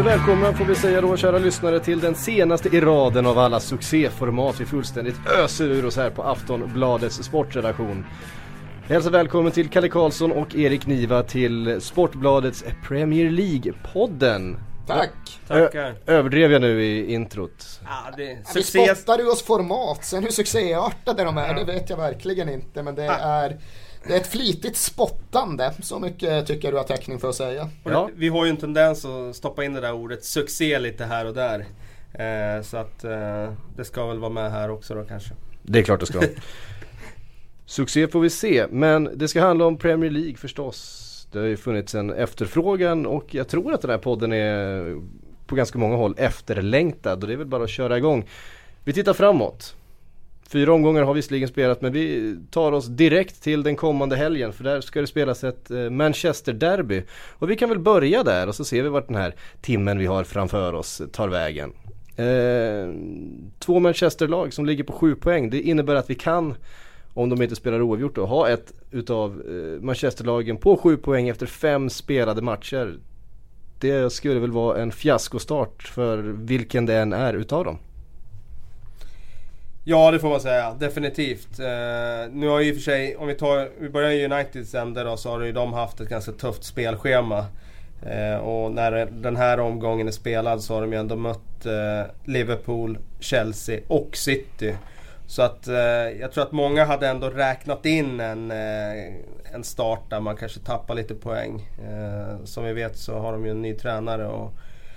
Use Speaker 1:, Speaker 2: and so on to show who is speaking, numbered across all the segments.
Speaker 1: välkomna får vi säga då, kära lyssnare, till den senaste i raden av alla succéformat vi fullständigt öser ur oss här på Aftonbladets sportredaktion. Hälsa välkommen till Kalle Karlsson och Erik Niva till Sportbladets Premier League-podden.
Speaker 2: Tack.
Speaker 3: Tackar.
Speaker 1: Överdrev jag nu i introt?
Speaker 3: Ja,
Speaker 2: vi spottar ju oss format. Sen hur succéartade de är, det vet jag verkligen inte. Men det är ett flitigt spottande. Så mycket tycker du har täckning för att säga.
Speaker 3: Ja. Vi har ju en tendens att stoppa in det där ordet succé lite här och där. Så att det ska väl vara med här också då kanske.
Speaker 1: Det är klart det ska. Succé får vi se, men det ska handla om Premier League förstås. Det har ju funnits en efterfrågan och jag tror att den här podden är på ganska många håll efterlängtad och det är väl bara att köra igång. Vi tittar framåt. 4 omgångar har visserligen spelat, men vi tar oss direkt till den kommande helgen, för där ska det spelas ett Manchester derby. Och vi kan väl börja där och så ser vi vart den här timmen vi har framför oss tar vägen. 2 Manchester-lag som ligger på 7 poäng. Det innebär att vi kan, om de inte spelar oavgjort då, ha ett utav Manchester-lagen på 7 poäng efter 5 spelade matcher. Det skulle väl vara en fiaskostart för vilken det än är utav dem.
Speaker 3: Ja, det får man säga, definitivt. Nu har ju i och för sig, om vi börjar i Uniteds ände då, så har ju de haft ett ganska tufft spelschema. Och när den här omgången är spelad så har de ju ändå mött Liverpool, Chelsea och City. Så att jag tror att många hade ändå räknat in en start där man kanske tappar lite poäng. Som vi vet så har de ju en ny tränare och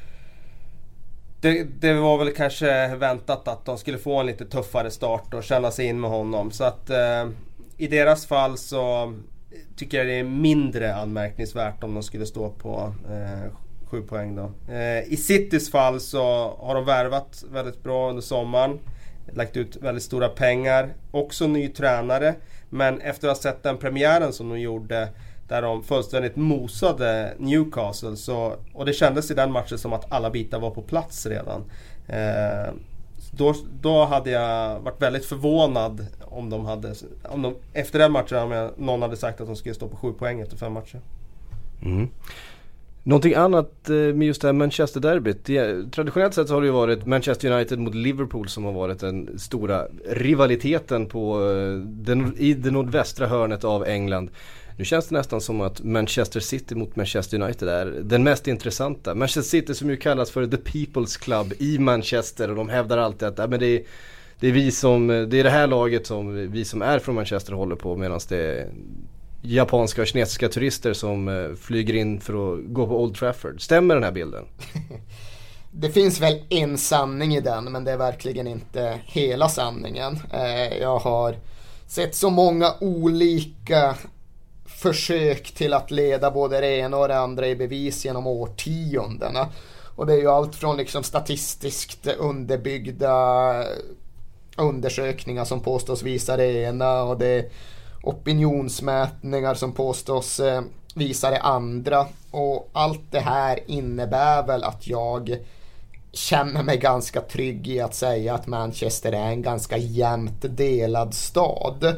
Speaker 3: det var väl kanske väntat att de skulle få en lite tuffare start och känna sig in med honom. Så att i deras fall så tycker jag det är mindre anmärkningsvärt om de skulle stå på 7 poäng då. I Citys fall så har de värvat väldigt bra under sommaren. Lagt ut väldigt stora pengar. Också ny tränare. Men efter att ha sett den premiären som de gjorde där de fullständigt mosade Newcastle och det kändes i den matchen som att alla bitar var på plats redan. Då hade jag varit väldigt förvånad om de efter den matchen om någon hade sagt att de skulle stå på 7 poäng efter 5 matcher.
Speaker 1: Mm. Någonting annat med just det här Manchester derbyt. Traditionellt sett så har det ju varit Manchester United mot Liverpool som har varit den stora rivaliteten i det nordvästra hörnet av England. Nu känns det nästan som att Manchester City mot Manchester United är den mest intressanta. Manchester City som ju kallas för The People's Club i Manchester och de hävdar alltid att men det är det här laget som vi som är från Manchester håller på, medan det är japanska och kinesiska turister som flyger in för att gå på Old Trafford. Stämmer den här bilden?
Speaker 2: Det finns väl en sanning i den, men det är verkligen inte hela sanningen. Jag har sett så många olika försök till att leda både det ena och det andra i bevis genom årtiondena. Och det är ju allt från liksom statistiskt underbyggda undersökningar som påstås visa det ena, och det är opinionsmätningar som påstås visa det andra. Och allt det här innebär väl att jag känner mig ganska trygg i att säga att Manchester är en ganska jämnt delad stad.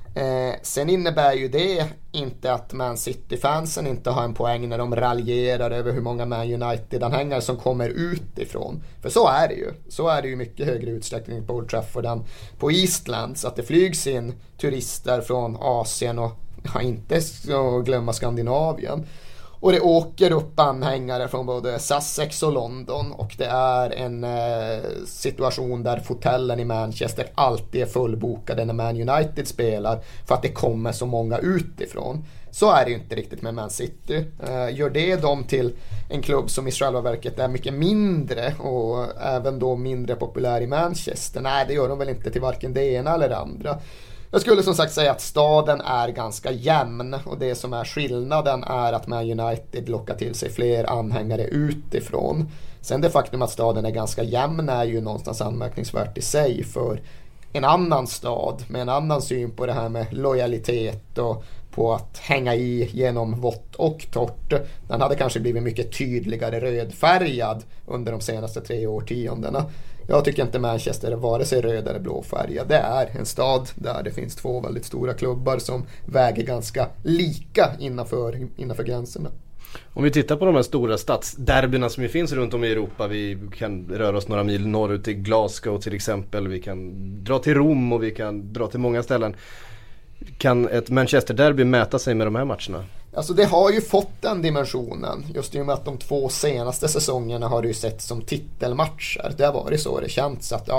Speaker 2: Sen innebär ju det inte att Man City-fansen inte har en poäng när de raljerar över hur många Man United-anhängare som kommer utifrån. För så är det ju. Så är det ju mycket högre utsträckning på Old Trafford än på Eastland. Så att det flygs in turister från Asien och inte så glömma Skandinavien. Och det åker upp anhängare från både Sussex och London. Och det är en situation där hotellen i Manchester alltid är fullbokade när Man United spelar, för att det kommer så många utifrån. Så är det ju inte riktigt med Man City. Gör det dem till en klubb som i själva verket är mycket mindre och även då mindre populär i Manchester? Nej, det gör de väl inte till varken det ena eller det andra. Jag skulle som sagt säga att staden är ganska jämn, och det som är skillnaden är att Man United lockar till sig fler anhängare utifrån. Sen det faktum att staden är ganska jämn är ju någonstans anmärkningsvärt i sig, för en annan stad med en annan syn på det här med lojalitet och på att hänga i genom vått och torrt, den hade kanske blivit mycket tydligare rödfärgad under de senaste 3 årtiondena. Jag tycker inte Manchester är vare sig röd eller blåfärgad. Det är en stad där det finns 2 väldigt stora klubbar som väger ganska lika innanför gränserna.
Speaker 1: Om vi tittar på de här stora stadsderbyna som ju finns runt om i Europa, vi kan röra oss några mil norrut till Glasgow till exempel, vi kan dra till Rom och vi kan dra till många ställen. Kan ett Manchester-derby mäta sig med de här matcherna?
Speaker 2: Alltså det har ju fått den dimensionen, just i och med att de 2 senaste säsongerna har det ju sett som titelmatcher. Det har varit så det känns att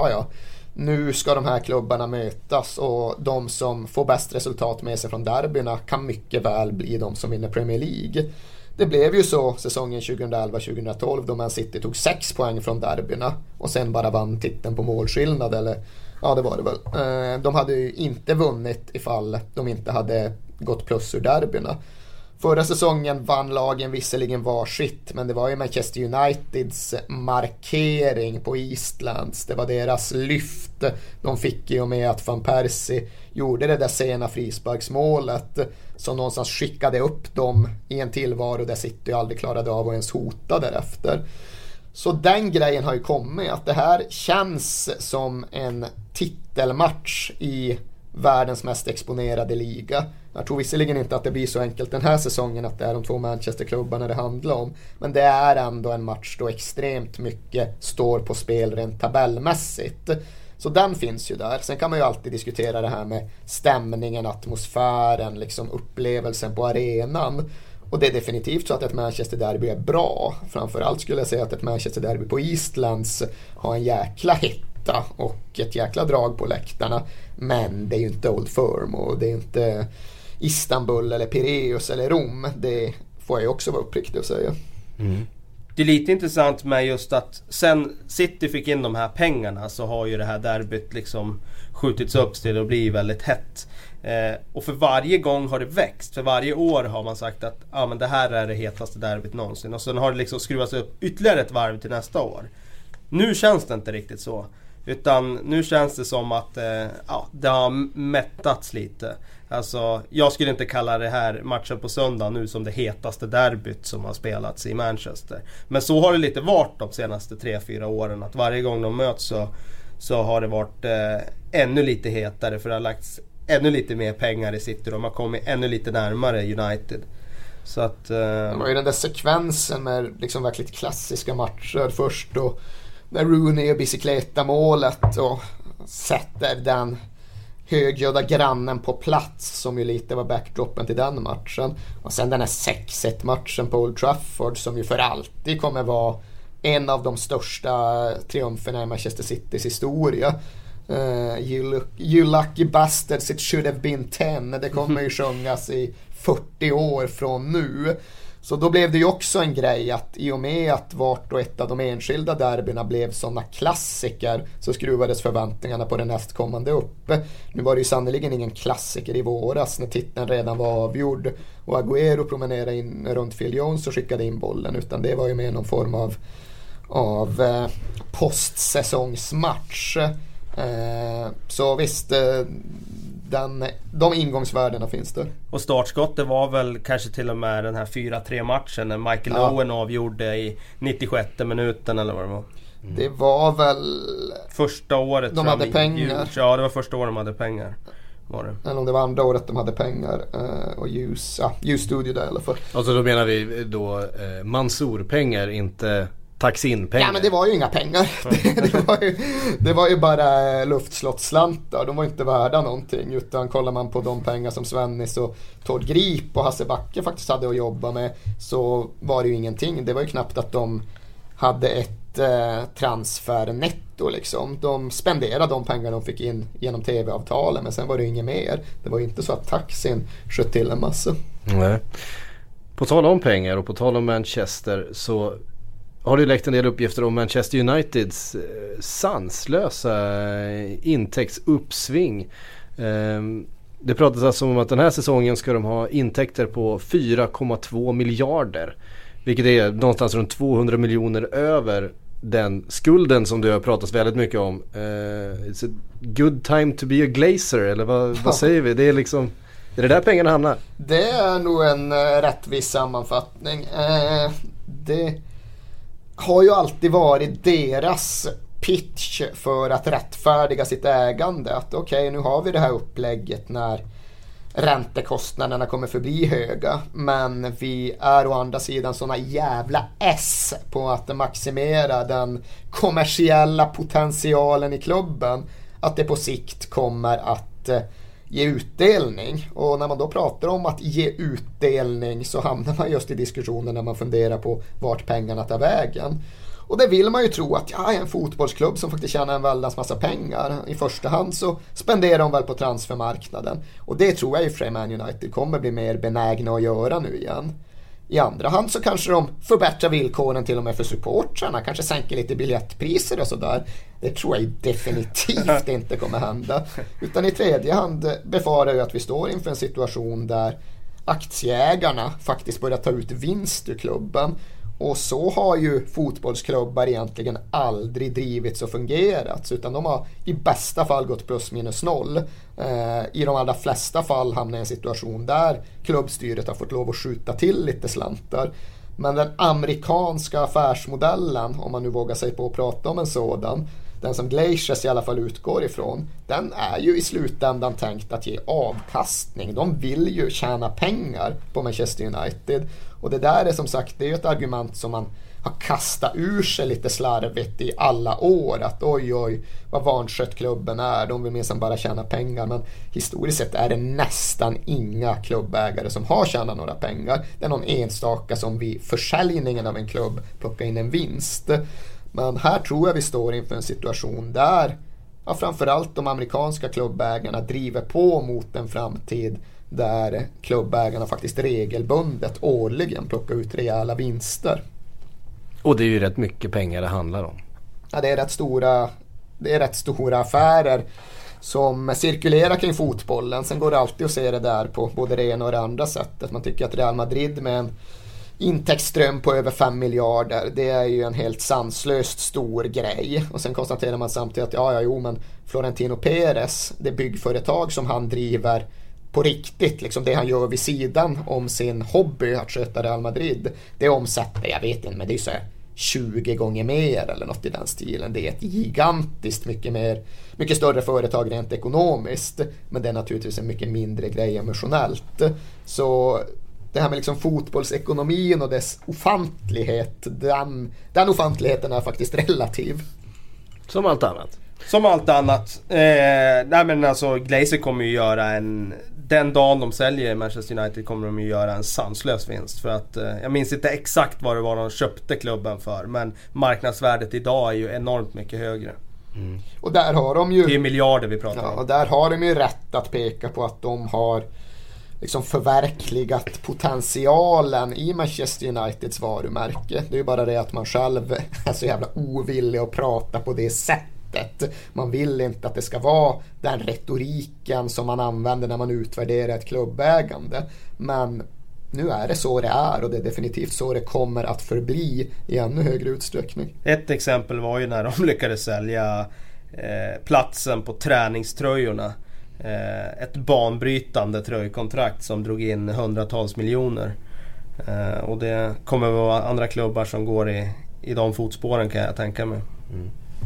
Speaker 2: nu ska de här klubbarna mötas och de som får bäst resultat med sig från derbyna kan mycket väl bli de som vinner Premier League. Det blev ju så säsongen 2011-2012 då Man City tog 6 poäng från derbyna och sen bara vann titeln på målskillnad, eller ja, det var det väl. De hade ju inte vunnit ifall de inte hade gått plus ur derbyna. Förra säsongen vann lagen visserligen varsitt, men det var ju Manchester Uniteds markering på Eastlands. Det var deras lyft de fick i och med att Van Persie gjorde det där sena frisparksmålet som någonstans skickade upp dem i en tillvaro där City aldrig klarade av att ens hota därefter. Så den grejen har ju kommit, att det här känns som en titelmatch i världens mest exponerade liga. Jag tror visserligen inte att det blir så enkelt den här säsongen att det är de 2 Manchester-klubbarna det handlar om, men det är ändå en match då extremt mycket står på spel rent tabellmässigt. Så den finns ju där. Sen kan man ju alltid diskutera det här med stämningen, atmosfären, liksom upplevelsen på arenan. Och det är definitivt så att ett Manchester-derby är bra. Framförallt skulle jag säga att ett Manchester-derby på Eastlands har en jäkla hitta och ett jäkla drag på läktarna. Men det är ju inte Old Firm och det är inte Istanbul eller Piraeus eller Rom. Det får jag också vara uppriktig att säga.
Speaker 3: Mm. Det är lite intressant med just att sen City fick in de här pengarna så har ju det här derbyt liksom skjutits upp till att bli väldigt hett. Och för varje gång har det växt. För varje år har man sagt att men det här är det hetaste derbyt någonsin. Och sen har det liksom skruvats upp ytterligare ett varv till nästa år. Nu känns det inte riktigt så. Utan nu känns det som att det har mättats lite. Alltså, jag skulle inte kalla det här matchen på söndag nu som det hetaste derbyt som har spelats i Manchester. Men så har det lite varit de senaste 3-4 åren. Att varje gång de möts så har det varit ännu lite hetare. För det har lagts ännu lite mer pengar i City. De har kommit ännu lite närmare United. Så att,
Speaker 2: det var ju den där sekvensen med liksom verkligt klassiska matcher. Först då när Rooney och bicicleta-målet och sätter den högljudda grannen på plats som ju lite var backdropen till den matchen. Och sen den här 6-1-matchen på Old Trafford som ju för alltid kommer vara en av de största triumferna i Manchester Citys historia. You lucky bastards, it should have been 10. Det kommer ju sjungas i 40 år från nu. Så då blev det ju också en grej att i och med att vart och ett av de enskilda derbyna blev sådana klassiker så skruvades förväntningarna på det nästkommande uppe. Nu var det ju sannoliken ingen klassiker i våras när titeln redan var avgjord och Agüero promenerade in runt Phil Jones och skickade in bollen, utan det var ju med någon form av postsäsongsmatch. Så visst, de ingångsvärdena finns det.
Speaker 3: Och startskottet var väl kanske till och med den här 4-3 matchen när Michael Owen avgjorde i 96 minuten eller vad det var.
Speaker 2: Det var väl
Speaker 3: första året
Speaker 2: de hade pengar.
Speaker 3: Ja, det var första året de hade pengar. Var det.
Speaker 2: Eller om det var andra året de hade pengar och Studio där i alla fall.
Speaker 1: Alltså då menar vi då Mansour-pengar, inte Taksin-pengar.
Speaker 2: Ja, men det var ju inga pengar. det var ju bara luftslottslantar. De var inte värda någonting, utan kollar man på de pengar som Svennis och Tord Grip och Hasse Backe faktiskt hade att jobba med, så var det ju ingenting. Det var ju knappt att de hade ett transfernetto liksom. De spenderade de pengar de fick in genom tv-avtalen, men sen var det ju inget mer. Det var ju inte så att Taksin sköt till en massa.
Speaker 1: Nej. På tal om pengar och på tal om Manchester så har det läckt en del uppgifter om Manchester Uniteds sanslösa intäktsuppsving. Det pratas alltså om att den här säsongen ska de ha intäkter på 4,2 miljarder. Vilket är någonstans runt 200 miljoner över den skulden som det har pratats väldigt mycket om. It's a good time to be a glazer, eller vad säger vi? Det är liksom, är det där pengarna hamnar?
Speaker 2: Det är nog en rättvis sammanfattning. Det har ju alltid varit deras pitch för att rättfärdiga sitt ägande. Att okej, nu har vi det här upplägget när räntekostnaderna kommer förbli höga, men vi är å andra sidan såna jävla S på att maximera den kommersiella potentialen i klubben, att det på sikt kommer att ge utdelning. Och när man då pratar om att ge utdelning så hamnar man just i diskussionen när man funderar på vart pengarna tar vägen. Och det vill man ju tro att jag är en fotbollsklubb som faktiskt tjänar en väldans massa pengar. I första hand så spenderar de väl på transfermarknaden. Och det tror jag ju för Man United kommer bli mer benägna att göra nu igen. I andra hand så kanske de förbättrar villkoren till och med för supportrarna. Kanske sänker lite biljettpriser och sådär. Det tror jag definitivt inte kommer hända. Utan i tredje hand befarar jag att vi står inför en situation där aktieägarna faktiskt börjar ta ut vinst ur klubben. Och så har ju fotbollsklubbar egentligen aldrig drivits och fungerat, utan de har i bästa fall gått plus minus noll. I de allra flesta fall hamnar i en situation där klubbstyret har fått lov att skjuta till lite slantar. Men den amerikanska affärsmodellen, om man nu vågar sig på att prata om en sådan, den som Glazers i alla fall utgår ifrån, den är ju i slutändan tänkt att ge avkastning. De vill ju tjäna pengar på Manchester United. Och det där är som sagt, det är ju ett argument som man har kastat ur sig lite slarvigt i alla år. Att oj, vad vanskött klubben är. De vill minst bara tjäna pengar. Men historiskt sett är det nästan inga klubbägare som har tjänat några pengar. Det är någon enstaka som vid försäljningen av en klubb plockar in en vinst. Men här tror jag vi står inför en situation där framförallt de amerikanska klubbägarna driver på mot en framtid där klubbägarna faktiskt regelbundet årligen plockar ut rejäla vinster.
Speaker 1: Och det är ju rätt mycket pengar det handlar om.
Speaker 2: Ja, det är rätt stora affärer som cirkulerar kring fotbollen. Sen går det alltid att se det där på både det ena och det andra sättet. Man tycker att Real Madrid med en intäktsström på över 5 miljarder, det är ju en helt sanslöst stor grej. Och sen konstaterar man samtidigt att men Florentino Perez, det byggföretag som han driver på riktigt, liksom det han gör vid sidan om sin hobby att sköta Real Madrid, det omsätter, jag vet inte, men det är så 20 gånger mer eller något i den stilen. Det är ett gigantiskt mycket större företag rent ekonomiskt, men det är naturligtvis en mycket mindre grej emotionellt. Så det här med liksom fotbollsekonomin och dess ofantlighet, den ofantligheten är faktiskt relativ.
Speaker 1: Som allt annat.
Speaker 3: Som allt annat. Nej men alltså Glazer kommer ju göra den dagen de säljer Manchester United kommer de ju göra en sanslös vinst. För att jag minns inte exakt vad det var de köpte klubben för, men marknadsvärdet idag är ju enormt mycket högre.
Speaker 2: Mm. Och där har de ju,
Speaker 3: det är miljarder vi pratar om.
Speaker 2: Och där har de ju rätt att peka på att de har liksom förverkligat potentialen i Manchester Uniteds varumärke. Det är ju bara det att man själv är så jävla ovillig att prata på det sättet. Man vill inte att det ska vara den retoriken som man använder när man utvärderar ett klubbägande. Men nu är det så det är, och det är definitivt så det kommer att förbli i ännu högre utsträckning.
Speaker 3: Ett exempel var ju när de lyckades sälja platsen på träningströjorna. Ett banbrytande tröjkontrakt som drog in hundratals miljoner. Och det kommer att vara andra klubbar som går i de fotspåren, kan jag tänka mig.
Speaker 1: Mm.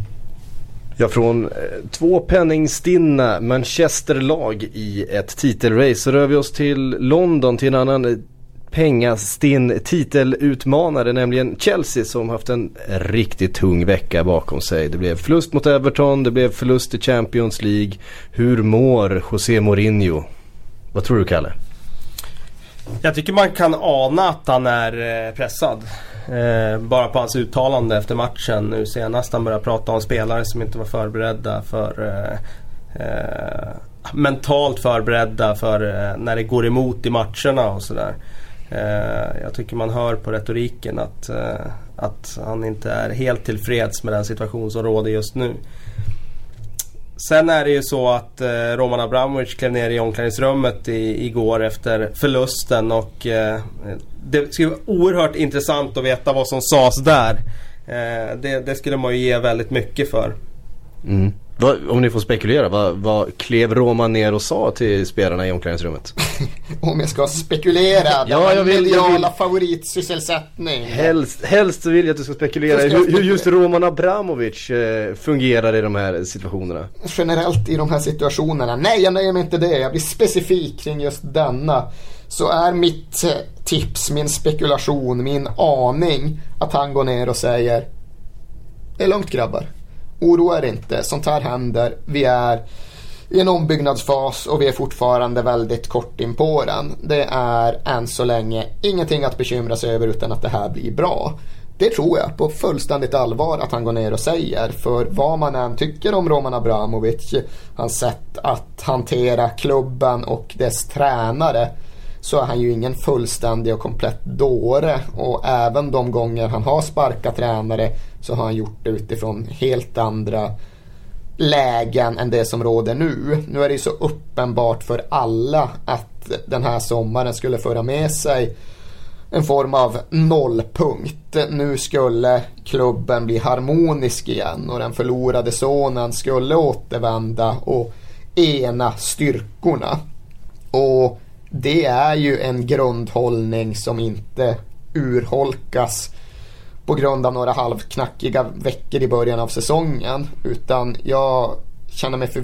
Speaker 1: Ja, från två penningstinna Manchester-lag i ett titelrace så rör vi oss till London, till en annan pengastinn titelutmanare, nämligen Chelsea, som haft en riktigt tung vecka bakom sig. Det blev förlust mot Everton, det blev förlust i Champions League. Hur mår José Mourinho? Vad tror du, Kalle?
Speaker 3: Jag tycker man kan ana att han är pressad. Bara på hans uttalande efter matchen nu senast. Han började prata om spelare som inte var förberedda mentalt förberedda för när det går emot i matcherna och sådär. Jag tycker man hör på retoriken att han inte är helt tillfreds med den situation som råder just nu. Sen är det ju så att Roman Abramovich klev ner i omklädningsrummet igår efter förlusten, och det skulle vara oerhört intressant att veta vad som sades där. Det skulle man ju ge väldigt mycket för.
Speaker 1: Mm. Om ni får spekulera, vad klev Roman ner och sa till spelarna i omklädningsrummet?
Speaker 2: Om jag ska spekulera, jag vill mediala favoritsysselsättning.
Speaker 1: Helst så vill jag att du ska spekulera hur just Roman Abramovic fungerar i de här situationerna.
Speaker 2: Generellt i de här situationerna. Nej, jag nöjer mig inte det. Jag blir specifik kring just denna. Så är mitt tips, min spekulation, min aning att han går ner och säger: det är lugnt grabbar. Oroa er inte, sånt här händer. Vi är i en ombyggnadsfas och vi är fortfarande väldigt kort in på den. Det är än så länge ingenting att bekymra sig över, utan att det här blir bra. Det tror jag på fullständigt allvar att han går ner och säger. För vad man än tycker om Roman Abramovic, hans sätt att hantera klubben och dess tränare, så är han ju ingen fullständig och komplett dåre. Och även de gånger han har sparkat tränare så har han gjort det utifrån helt andra lägen än det som råder nu. Nu är det ju så uppenbart för alla att den här sommaren skulle föra med sig en form av nollpunkt. Nu skulle klubben bli harmonisk igen och den förlorade sonen skulle återvända och ena styrkorna. Och det är ju en grundhållning som inte urholkas på grund av några halvknackiga veckor i början av säsongen, utan jag känner mig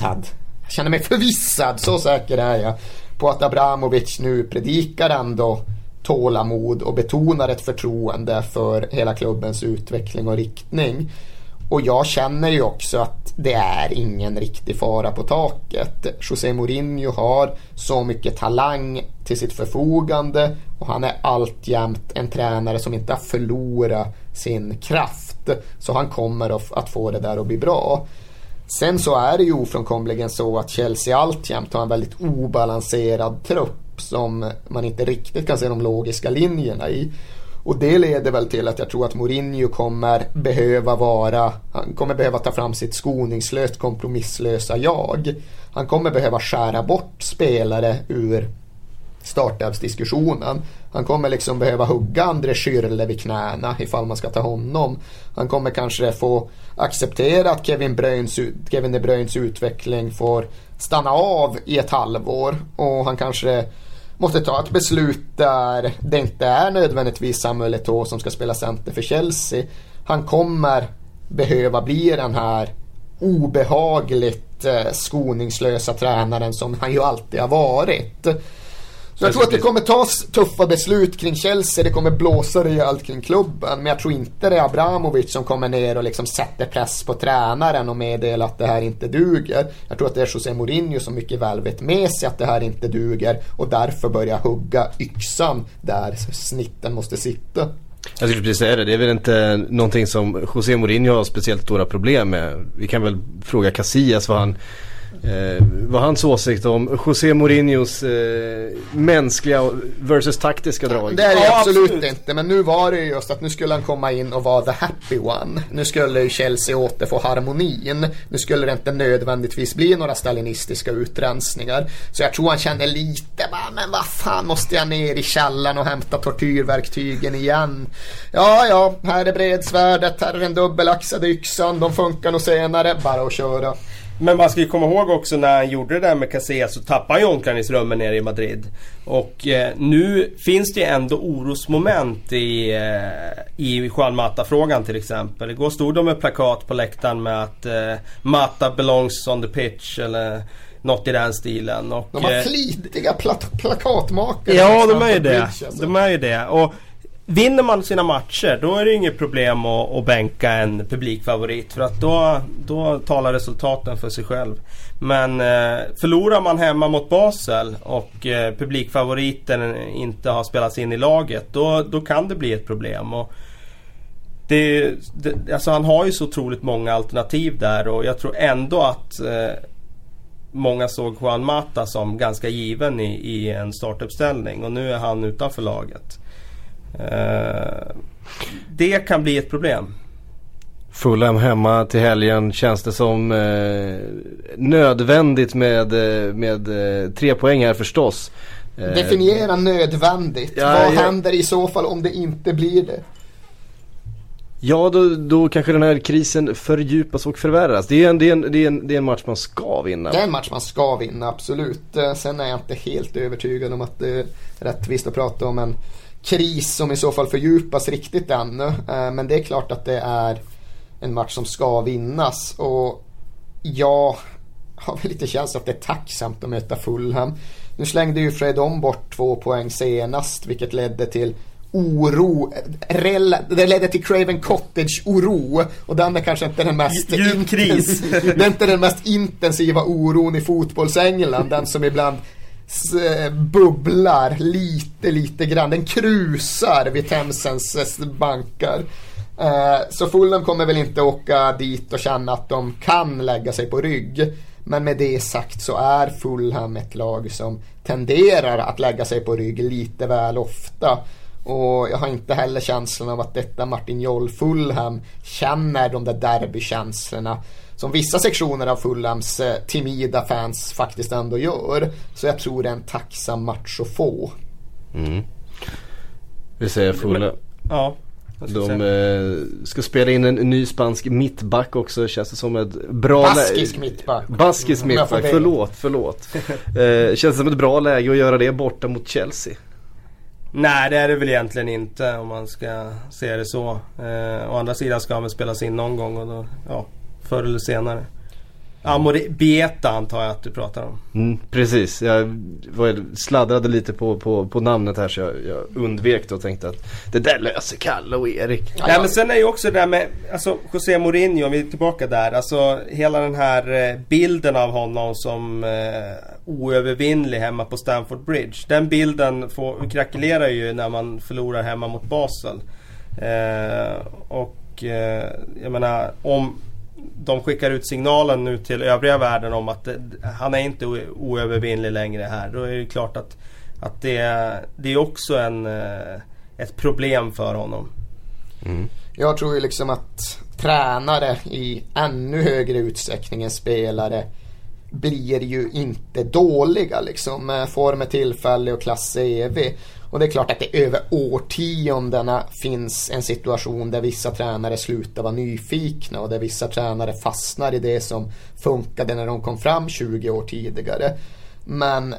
Speaker 2: förvissad, så säker är jag på att Abramovic nu predikar ändå tålamod och betonar ett förtroende för hela klubbens utveckling och riktning. Och jag känner ju också att det är ingen riktig fara på taket. José Mourinho har så mycket talang till sitt förfogande och han är alltjämt en tränare som inte har förlorat sin kraft. Så han kommer att få det där att bli bra. Sen så är det ju ofrånkomligen så att Chelsea alltjämt har en väldigt obalanserad trupp som man inte riktigt kan se de logiska linjerna i. Och det leder väl till att jag tror att Mourinho kommer behöva ta fram sitt skoningslöst, kompromisslösa jag. Han kommer behöva skära bort spelare ur startelvsdiskussionen. Han kommer liksom behöva hugga André Schürrle vid knäna ifall man ska ta honom. Han kommer kanske få acceptera att Kevin De Bruynes utveckling får stanna av i ett halvår, och han kanske måste ta ett beslut där det inte är nödvändigtvis Samuel Eto'o som ska spela center för Chelsea. Han kommer behöva bli den här obehagligt skoningslösa tränaren som han ju alltid har varit. Så jag tror att det kommer tas tuffa beslut kring Chelsea. Det kommer blåsa rejält kring klubben. Men jag tror inte det är Abramovic som kommer ner och liksom sätter press på tränaren och meddelar att det här inte duger. Jag tror att det är José Mourinho som mycket väl vet med sig att det här inte duger och därför börjar hugga yxan där snitten måste sitta.
Speaker 1: Jag skulle precis säga det. Det är väl inte någonting som José Mourinho har speciellt stora problem med. Vi kan väl fråga Casillas vad hans åsikt om José Mourinhos mänskliga versus taktiska drag.
Speaker 2: Det är det absolut inte, men nu var det just att nu skulle han komma in och vara the happy one. Nu skulle Chelsea återfå harmonin. Nu skulle det inte nödvändigtvis bli några stalinistiska utrensningar. Så jag tror han känner lite, men vad fan, måste jag ner i källaren och hämta tortyrverktygen igen? Ja, här är bredsvärdet, här är den dubbelaxade yxan, de funkar nog senare, bara att köra.
Speaker 3: Men man ska ju komma ihåg också när han gjorde det där med Casillas så tappade han ju omklädningsrummen nere i Madrid. Och nu finns det ändå orosmoment i Juan Mata-frågan till exempel. Igår stod de med plakat på läktaren med att Mata belongs on the pitch eller något i den stilen. Och,
Speaker 2: de har flitiga plakatmakare.
Speaker 3: Ja, de är ju det. Och vinner man sina matcher, då är det inget problem att bänka en publikfavorit, för att då talar resultaten för sig själv. Men förlorar man hemma mot Basel och publikfavoriten inte har spelats in i laget, då kan det bli ett problem. Och alltså han har ju så otroligt många alternativ där, och jag tror ändå att många såg Juan Mata som ganska given i en startuppställning, och nu är han utanför laget. Det kan bli ett problem.
Speaker 1: Fulham hemma till helgen, känns det som nödvändigt med 3 poäng här förstås.
Speaker 2: Definiera nödvändigt. Vad händer i så fall om det inte blir det?
Speaker 1: Ja, då kanske den här krisen fördjupas och förvärras. Det är en match man ska vinna.
Speaker 2: Det är en match man ska vinna, absolut. Sen är jag inte helt övertygad om att det är rättvist att prata om en kris som i så fall fördjupas riktigt ännu. Men det är klart att det är en match som ska vinnas. Och jag har väl lite känsla att det är tacksamt att möta Fulham. Nu slängde ju Fredon bort 2 poäng senast, vilket ledde till oro. Det ledde till Craven Cottage-oro. Och den är kanske inte den mest det är inte den mest intensiva oron i fotbollsengland. Den som ibland bubblar lite grann. Den krusar vid Themsens bankar. Så Fulham kommer väl inte åka dit och känna att de kan lägga sig på rygg. Men med det sagt så är Fulham ett lag som tenderar att lägga sig på rygg lite väl ofta. Och jag har inte heller känslan av att detta Martin Jol Fulham känner de där derbykänslorna som vissa sektioner av Fulhams timida fans faktiskt ändå gör. Så jag tror det är en tacksam match att få.
Speaker 1: Vi säger Fulham.
Speaker 3: Ja.
Speaker 1: De ska spela in en ny spansk mittback också. Känns det som ett bra
Speaker 2: baskisk mittback.
Speaker 1: Baskisk mittback, förlåt. Känns det som ett bra läge att göra det borta mot Chelsea?
Speaker 3: Nej, det är det väl egentligen inte om man ska se det så. Å andra sidan ska han väl spelas in någon gång och då, förr eller senare. Bieta antar jag att du pratar om.
Speaker 1: Precis, jag sladdrade lite på namnet här, så jag undvek det och tänkte att det där löser Kalle och Erik.
Speaker 3: Ja, men sen är ju också det där med José Mourinho, om vi är tillbaka där. Alltså hela den här bilden av honom som oövervinnlig hemma på Stamford Bridge. Den bilden krackelerar ju när man förlorar hemma mot Basel. Jag menar, om de skickar ut signalen nu till övriga världen om att han är inte oövervinnlig längre här, då är det klart att det är också ett problem för honom.
Speaker 2: Jag tror ju liksom att tränare i ännu högre utsträckning än spelare blir ju inte dåliga liksom. Form är tillfällig och klass är evig. Och det är klart att det över årtiondena finns en situation där vissa tränare slutar vara nyfikna och där vissa tränare fastnar i det som funkade när de kom fram 20 år tidigare. Men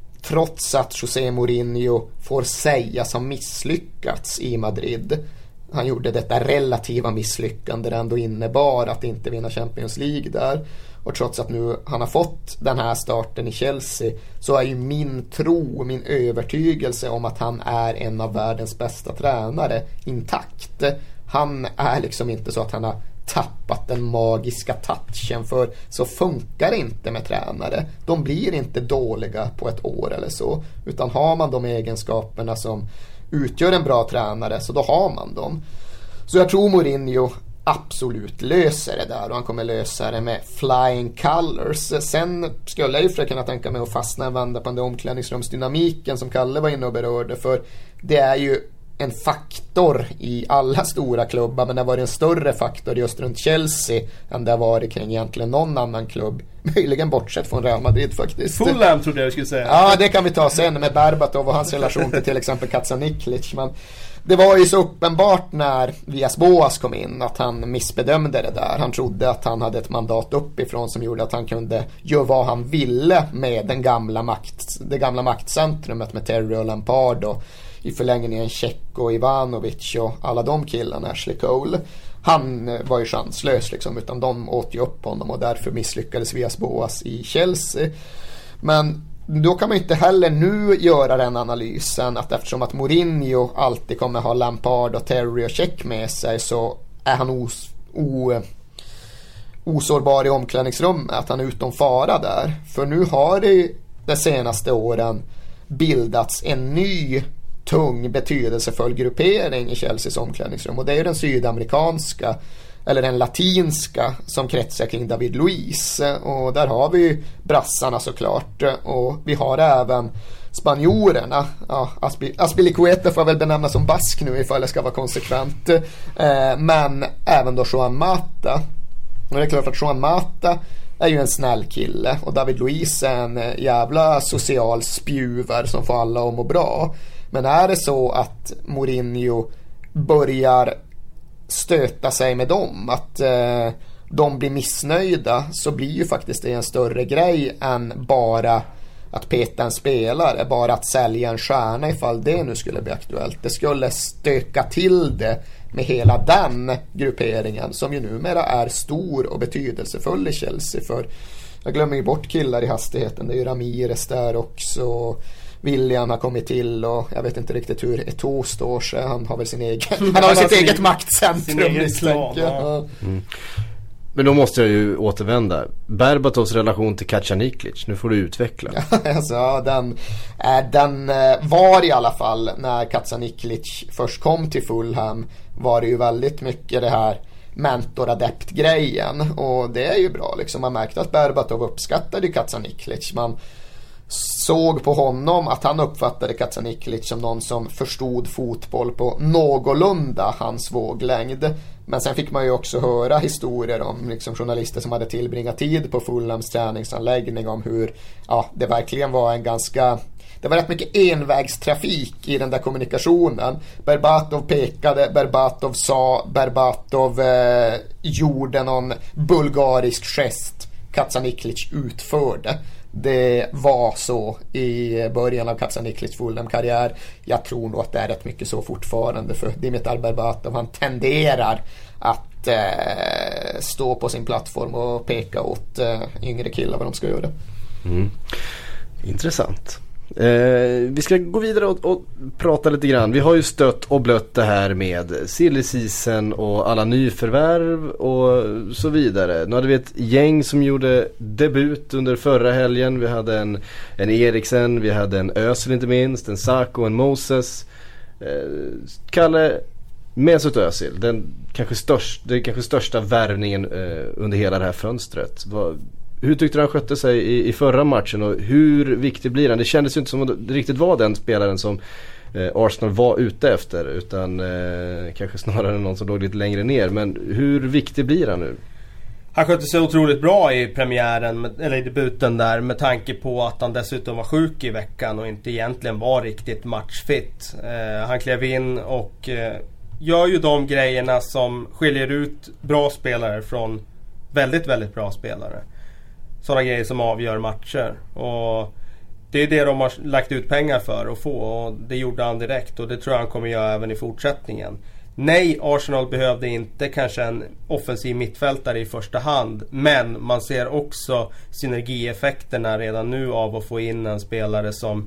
Speaker 2: trots att José Mourinho får sägas ha misslyckats i Madrid, han gjorde detta relativa misslyckande, det ändå innebar att inte vinna Champions League där. Och trots att nu han har fått den här starten i Chelsea, så är ju min tro, min övertygelse om att han är en av världens bästa tränare intakt. Han är liksom inte så att han har tappat den magiska touchen, för så funkar det inte med tränare. De blir inte dåliga på ett år eller så, utan har man de egenskaperna som utgör en bra tränare, så då har man dem. Så jag tror Mourinho absolut löser det där, och han kommer lösa det med flying colors. Sen skulle jag ju kunna tänka mig att fastna en vända på den omklädningsrumsdynamiken som Kalle var inne och berörde, för det är ju en faktor i alla stora klubbar, men det var en större faktor just runt Chelsea än det har varit kring egentligen någon annan klubb, möjligen bortsett från Real Madrid faktiskt.
Speaker 3: Fulham trodde jag skulle säga.
Speaker 2: Ja, det kan vi ta sen med Berbatov och hans relation till exempel Kacaniklic, men det var ju så uppenbart när Villas-Boas kom in att han missbedömde det där. Han trodde att han hade ett mandat uppifrån som gjorde att han kunde göra vad han ville med det gamla maktcentrumet med Terry och Lampard och i förlängningen Cech och Ivanovic och alla de killarna, Ashley Cole. Han var ju chanslös liksom, utan de åt ju upp honom och därför misslyckades Villas-Boas i Chelsea. Men då kan man inte heller nu göra den analysen att eftersom att Mourinho alltid kommer ha Lampard och Terry och Cech med sig, så är han osårbar i omklädningsrummet, att han är utom fara där. För nu har det de senaste åren bildats en ny tung betydelsefull gruppering i Chelseas omklädningsrum, och det är ju den sydamerikanska eller den latinska som kretsar kring David Luiz, och där har vi brassarna såklart, och vi har även spanjorerna. Azpilicueta får väl benämnas som bask nu ifall det ska vara konsekvent, men även då Joan Mata. Och det är klart att Joan Mata är ju en snäll kille och David Luiz är en jävla social spjuver som får alla att må bra. Men är det så att Mourinho börjar stöta sig med dem, att de blir missnöjda, så blir ju faktiskt det en större grej än bara att peta en spelare, bara att sälja en stjärna ifall det nu skulle bli aktuellt. Det skulle stöka till det med hela den grupperingen som ju numera är stor och betydelsefull i Chelsea. För jag glömmer ju bort killar i hastigheten, det är ju Ramirez där också, William har kommit till och jag vet inte riktigt hur Eto'o står sig. Han har väl sin egen, han har sitt eget maktcentrum misstänker jag.
Speaker 1: Men då måste jag ju återvända. Berbatovs relation till Kacaniklic, nu får du utveckla.
Speaker 2: Alltså, den var i alla fall, när Kacaniklic först kom till Fulham, var det ju väldigt mycket det här mentor-adept-grejen. Och det är ju bra liksom. Man märkte att Berbatov uppskattade Kacaniklic. Man såg på honom att han uppfattade Kacaniklic som någon som förstod fotboll på någorlunda hans våglängd. Men sen fick man ju också höra historier om liksom journalister som hade tillbringat tid på Fulhams träningsanläggning, om hur det verkligen var det var rätt mycket envägstrafik i den där kommunikationen. Berbatov pekade, Berbatov sa, Berbatov gjorde någon bulgarisk gest, Kacaniklic utförde. Det var så i början av Kacaniklics Fulham-karriär. Jag tror nog att det är rätt mycket så fortfarande, för Dimitar Berbatov, han tenderar att stå på sin plattform och peka åt yngre killar vad de ska göra.
Speaker 1: Intressant. Vi ska gå vidare och prata lite grann. Vi har ju stött och blött det här med silly season och alla nyförvärv och så vidare. Nu hade vi ett gäng som gjorde debut under förra helgen. Vi hade en Eriksen, vi hade en Özil inte minst, en Sako, en Moses. Kalle, Mesut Özil, den kanske största värvningen under hela det här fönstret. Hur tyckte du han skötte sig i förra matchen och hur viktig blir han? Det kändes ju inte som att det riktigt var den spelaren som Arsenal var ute efter, utan kanske snarare någon som låg lite längre ner. Men hur viktig blir han nu?
Speaker 3: Han skötte sig otroligt bra i premiären, eller i debuten där, med tanke på att han dessutom var sjuk i veckan och inte egentligen var riktigt matchfit. Han klev in och gör ju de grejerna som skiljer ut bra spelare från väldigt, väldigt bra spelare. Sådana grejer som avgör matcher. Och det är det de har lagt ut pengar för att få, och det gjorde han direkt, och det tror jag han kommer göra även i fortsättningen. Nej, Arsenal behövde inte kanske en offensiv mittfältare i första hand, men man ser också synergieffekterna redan nu av att få in en spelare som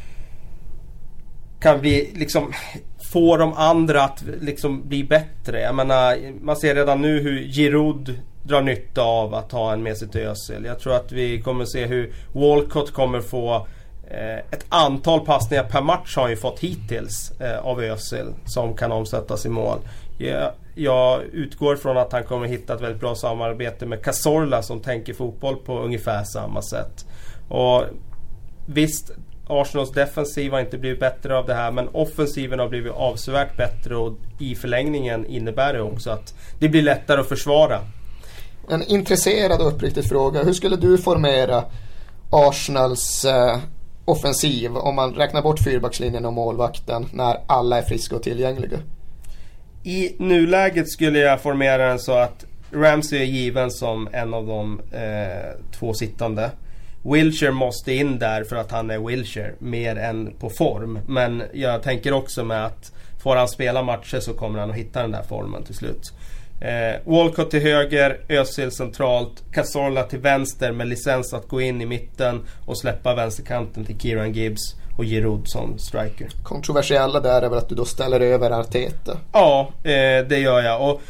Speaker 3: kan bli liksom få de andra att liksom bli bättre. Jag menar, man ser redan nu hur Giroud drar nytta av att ha en Mesut Özil. Jag tror att vi kommer se hur Walcott kommer få ett antal passningar per match har han ju fått hittills av Özil som kan omsättas i mål. Jag utgår från att han kommer hitta ett väldigt bra samarbete med Cazorla som tänker fotboll på ungefär samma sätt. Och visst, Arsenals defensiv har inte blivit bättre av det här, men offensiven har blivit avsevärt bättre, och i förlängningen innebär det också att det blir lättare att försvara.
Speaker 2: En intresserad och uppriktig fråga. Hur skulle du formera Arsenals offensiv om man räknar bort fyrbackslinjen och målvakten när alla är friska och tillgängliga?
Speaker 3: I nuläget skulle jag formera den så att Ramsey är given som en av de två sittande. Wilshere måste in där för att han är Wilshere mer än på form. Men jag tänker också med att får han spela matcher så kommer han att hitta den där formen till slut. Walcott till höger, Özil centralt, Cazorla till vänster med licens att gå in i mitten och släppa vänsterkanten till Kieran Gibbs och Giroud som striker.
Speaker 2: Kontroversiella där är väl att du då ställer över Arteta.
Speaker 3: Ja, det gör jag. Och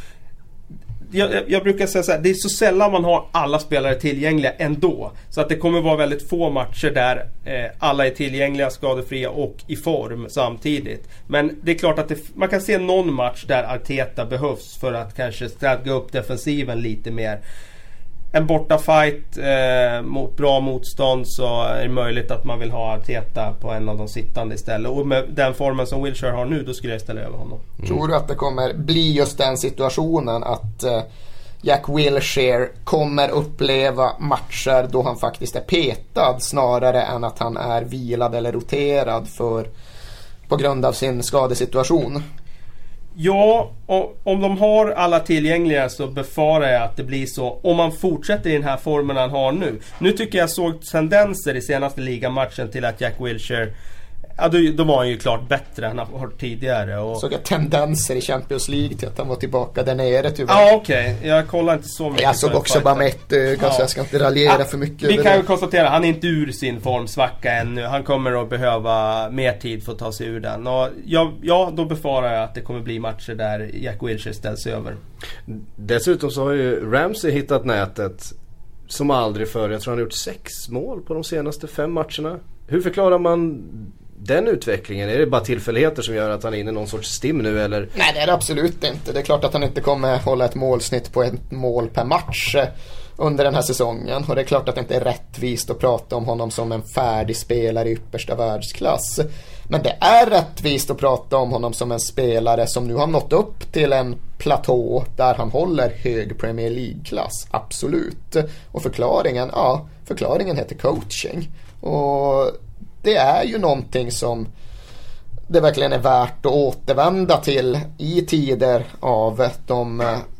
Speaker 3: jag brukar säga så här, det är så sällan man har alla spelare tillgängliga ändå. Så att det kommer vara väldigt få matcher där alla är tillgängliga, skadefria och i form samtidigt. Men det är klart att man kan se någon match där Arteta behövs för att kanske stärka upp defensiven lite mer. En bortafight mot bra motstånd, så är det möjligt att man vill ha Arteta på en av de sittande istället. Och med den formen som Wilshere har nu, då skulle jag ställa över honom.
Speaker 2: Tror du att det kommer bli just den situationen att Jack Wilshere kommer uppleva matcher då han faktiskt är petad snarare än att han är vilad eller roterad på grund av sin skadesituation?
Speaker 3: Ja, och om de har alla tillgängliga så befarar jag att det blir så om man fortsätter i den här formen han har nu. Nu tycker jag såg tendenser i senaste ligamatchen till att Jack Wilshere, ja, då var han ju klart bättre än han har varit tidigare. Och...
Speaker 2: såg jag tendenser i Champions League till att han var tillbaka där nere tyvärr.
Speaker 3: Ja, okej. Jag kollar inte så mycket.
Speaker 2: Jag såg också bara med ett öga, så jag ska inte raljera för mycket.
Speaker 3: Vi kan ju konstatera, han är inte ur sin formsvacka ännu. Han kommer att behöva mer tid för att ta sig ur den. Och ja, då befarar jag att det kommer bli matcher där Jack Wilshere ställs över.
Speaker 1: Dessutom så har ju Ramsey hittat nätet som aldrig förr. Jag tror han har gjort 6 mål på de senaste 5 matcherna. Hur förklarar man den utvecklingen? Är det bara tillfälligheter som gör att han är inne i någon sorts stim nu, eller?
Speaker 2: Nej, det är det absolut inte. Det är klart att han inte kommer hålla ett målsnitt på 1 mål per match under den här säsongen. Och det är klart att det inte är rättvist att prata om honom som en färdig spelare i yppersta världsklass. Men det är rättvist att prata om honom som en spelare som nu har nått upp till en platå där han håller hög Premier League-klass. Absolut. Och förklaringen heter coaching. Och det är ju någonting som det verkligen är värt att återvända till i tider av de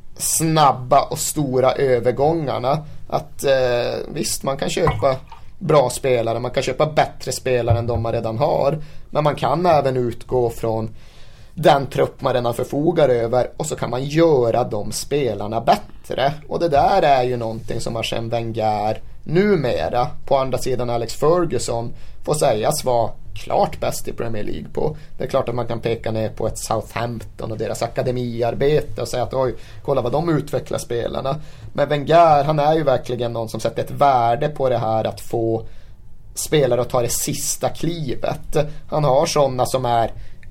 Speaker 2: snabba och stora övergångarna. Att visst, man kan köpa bra spelare, man kan köpa bättre spelare än de man redan har, men man kan även utgå från den trupp man redan förfogar över, och så kan man göra de spelarna bättre. Och det där är ju någonting som Arsène Wenger numera, på andra sidan Alex Ferguson, får sägas vara klart bäst i Premier League på. Det är klart att man kan peka ner på ett Southampton och deras akademiarbete och säga att oj, kolla vad de utvecklar spelarna. Men Wenger, han är ju verkligen någon som sätter ett värde på det här att få spelare att ta det sista klivet. Han har sådana som är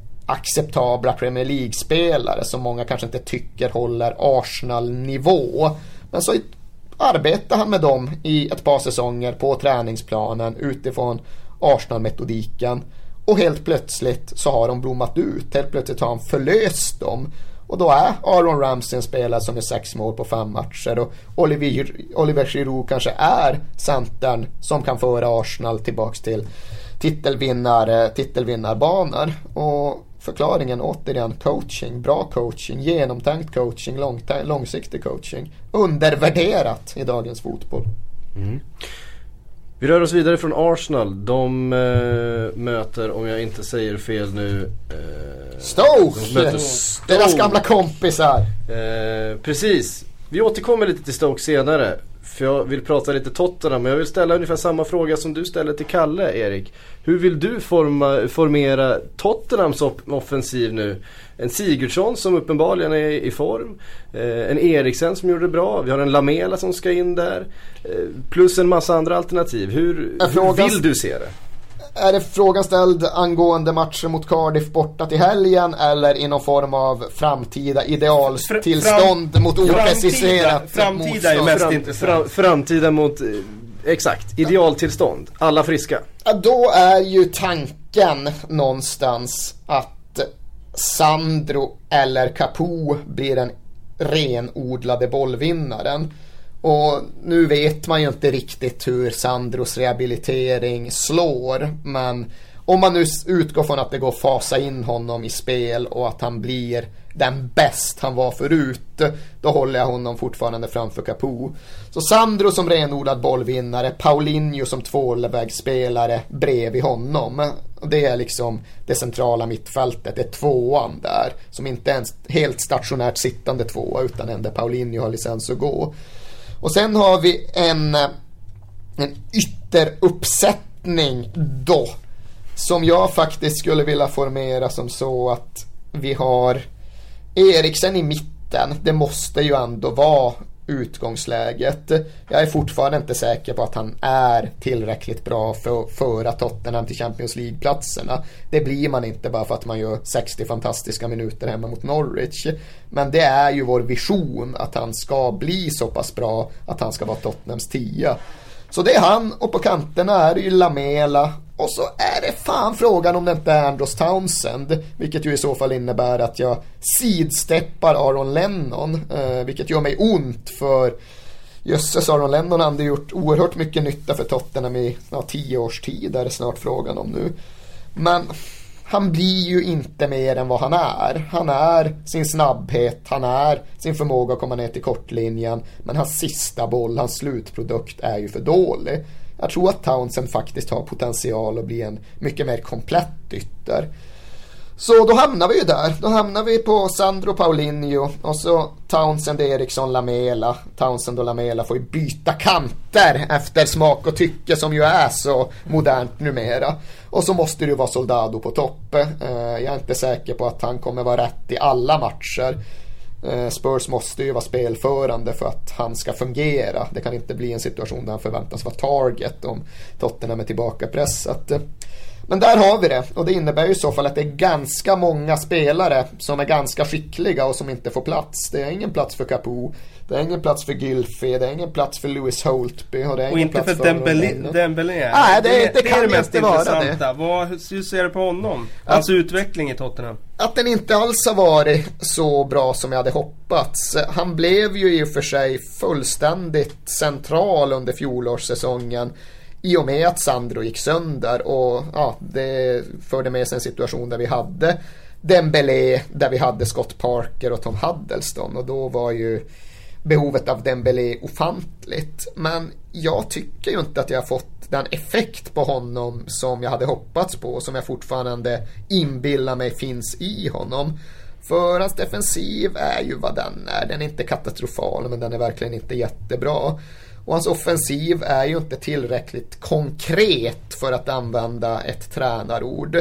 Speaker 2: acceptabla Premier League-spelare som många kanske inte tycker håller Arsenal-nivå, men så arbetar han med dem i ett par säsonger på träningsplanen utifrån Arsenal-metodiken, och helt plötsligt så har de blommat ut. Helt plötsligt har han förlöst dem, och då är Aaron Ramsey en spelare som är 6 mål på 5 matcher, och Oliver Giroud kanske är centern som kan föra Arsenal tillbaks till titelvinnarbanor. Och förklaringen återigen coaching, bra coaching, genomtänkt coaching, långsiktig coaching. Undervärderat i dagens fotboll.
Speaker 1: Mm. Vi rör oss vidare från Arsenal. De möter, om jag inte säger fel nu,
Speaker 2: Stoke! Deras gamla kompisar.
Speaker 1: Precis. Vi återkommer lite till Stoke senare, för jag vill prata lite Tottenham, men jag vill ställa ungefär samma fråga som du ställer till Kalle, Erik. Hur vill du formera Tottenhams offensiv nu? En Sigurdsson som uppenbarligen är i form, en Eriksen som gjorde det bra, vi har en Lamela som ska in där, plus en massa andra alternativ. Hur vill du se det?
Speaker 2: Är det frågan ställd angående matcher mot Cardiff borta till helgen, eller i någon form av framtida idealtillstånd mot opreciserat
Speaker 3: framtida är ju mest intressant.
Speaker 1: Framtida mot exakt, idealtillstånd. Alla friska.
Speaker 2: Ja, då är ju tanken någonstans att Sandro eller Capoue blir den renodlade bollvinnaren. Och nu vet man ju inte riktigt hur Sandros rehabilitering slår, men om man nu utgår från att det går att fasa in honom i spel och att han blir den bäst han var förut, då håller jag honom fortfarande framför Capoue. Så Sandro som renodlad bollvinnare, Paulinho som tvåvägsspelare bredvid honom. Och det är liksom det centrala mittfältet, det är tvåan där, som inte är en helt stationärt sittande tvåa, utan en där Paulinho har licens att gå. Och sen har vi en ytteruppsättning då, som jag faktiskt skulle vilja formera som så att vi har Eriksen i mitten. Det måste ju ändå vara utgångsläget. Jag är fortfarande inte säker på att han är tillräckligt bra för att föra Tottenham till Champions League-platserna. Det blir man inte bara för att man gör 60 fantastiska minuter hemma mot Norwich. Men det är ju vår vision att han ska bli så pass bra att han ska vara Tottenhams 10. Så det är han, och på kanterna är det ju Lamela. Och så är det fan frågan om det inte är Andros Townsend, vilket ju i så fall innebär att jag sidsteppar Aaron Lennon, vilket gör mig ont, för jösses, Aaron Lennon hade gjort oerhört mycket nytta för Tottenham i 10 års tid, är det snart frågan om nu. Men han blir ju inte mer än vad han är. Han är sin snabbhet, han är sin förmåga att komma ner till kortlinjen, men hans sista boll, hans slutprodukt är ju för dålig. Jag tror att Townsend faktiskt har potential att bli en mycket mer komplett ytter. Så då hamnar vi ju där. Då hamnar vi på Sandro Paulinho och så Townsend, Eriksson, Lamela. Townsend och Lamela får ju byta kanter efter smak och tycke som ju är så modernt numera. Och så måste det ju vara Soldado på topp. Jag är inte säker på att han kommer vara rätt i alla matcher. Spurs måste ju vara spelförande för att han ska fungera. Det kan inte bli en situation där han förväntas vara target om Tottenham är tillbaka pressat. Men där har vi det, och det innebär ju i så fall att det är ganska många spelare som är ganska skickliga och som inte får plats. Det är ingen plats för Capoue, det är ingen plats för Gylfi, det är ingen plats för Lewis Holtby och det är ingen
Speaker 3: inte
Speaker 2: plats
Speaker 3: för Dembélé.
Speaker 2: Nej, det kan
Speaker 3: det mest
Speaker 2: intressanta.
Speaker 3: Hur ser du på honom? Alltså utveckling i Tottenham?
Speaker 2: Att den inte alls har varit så bra som jag hade hoppats. Han blev ju i och för sig fullständigt central under fjolårssäsongen i och med att Sandro gick sönder, och ja, det förde med sig en situation där vi hade Dembélé, där vi hade Scott Parker och Tom Huddleston, och då var ju behovet av Dembélé ofantligt. Men jag tycker ju inte att jag har fått den effekt på honom som jag hade hoppats på, som jag fortfarande inbillar mig finns i honom. För hans defensiv är ju vad den är. Den är inte katastrofal, men den är verkligen inte jättebra. Och hans offensiv är ju inte tillräckligt konkret för att använda ett tränarord.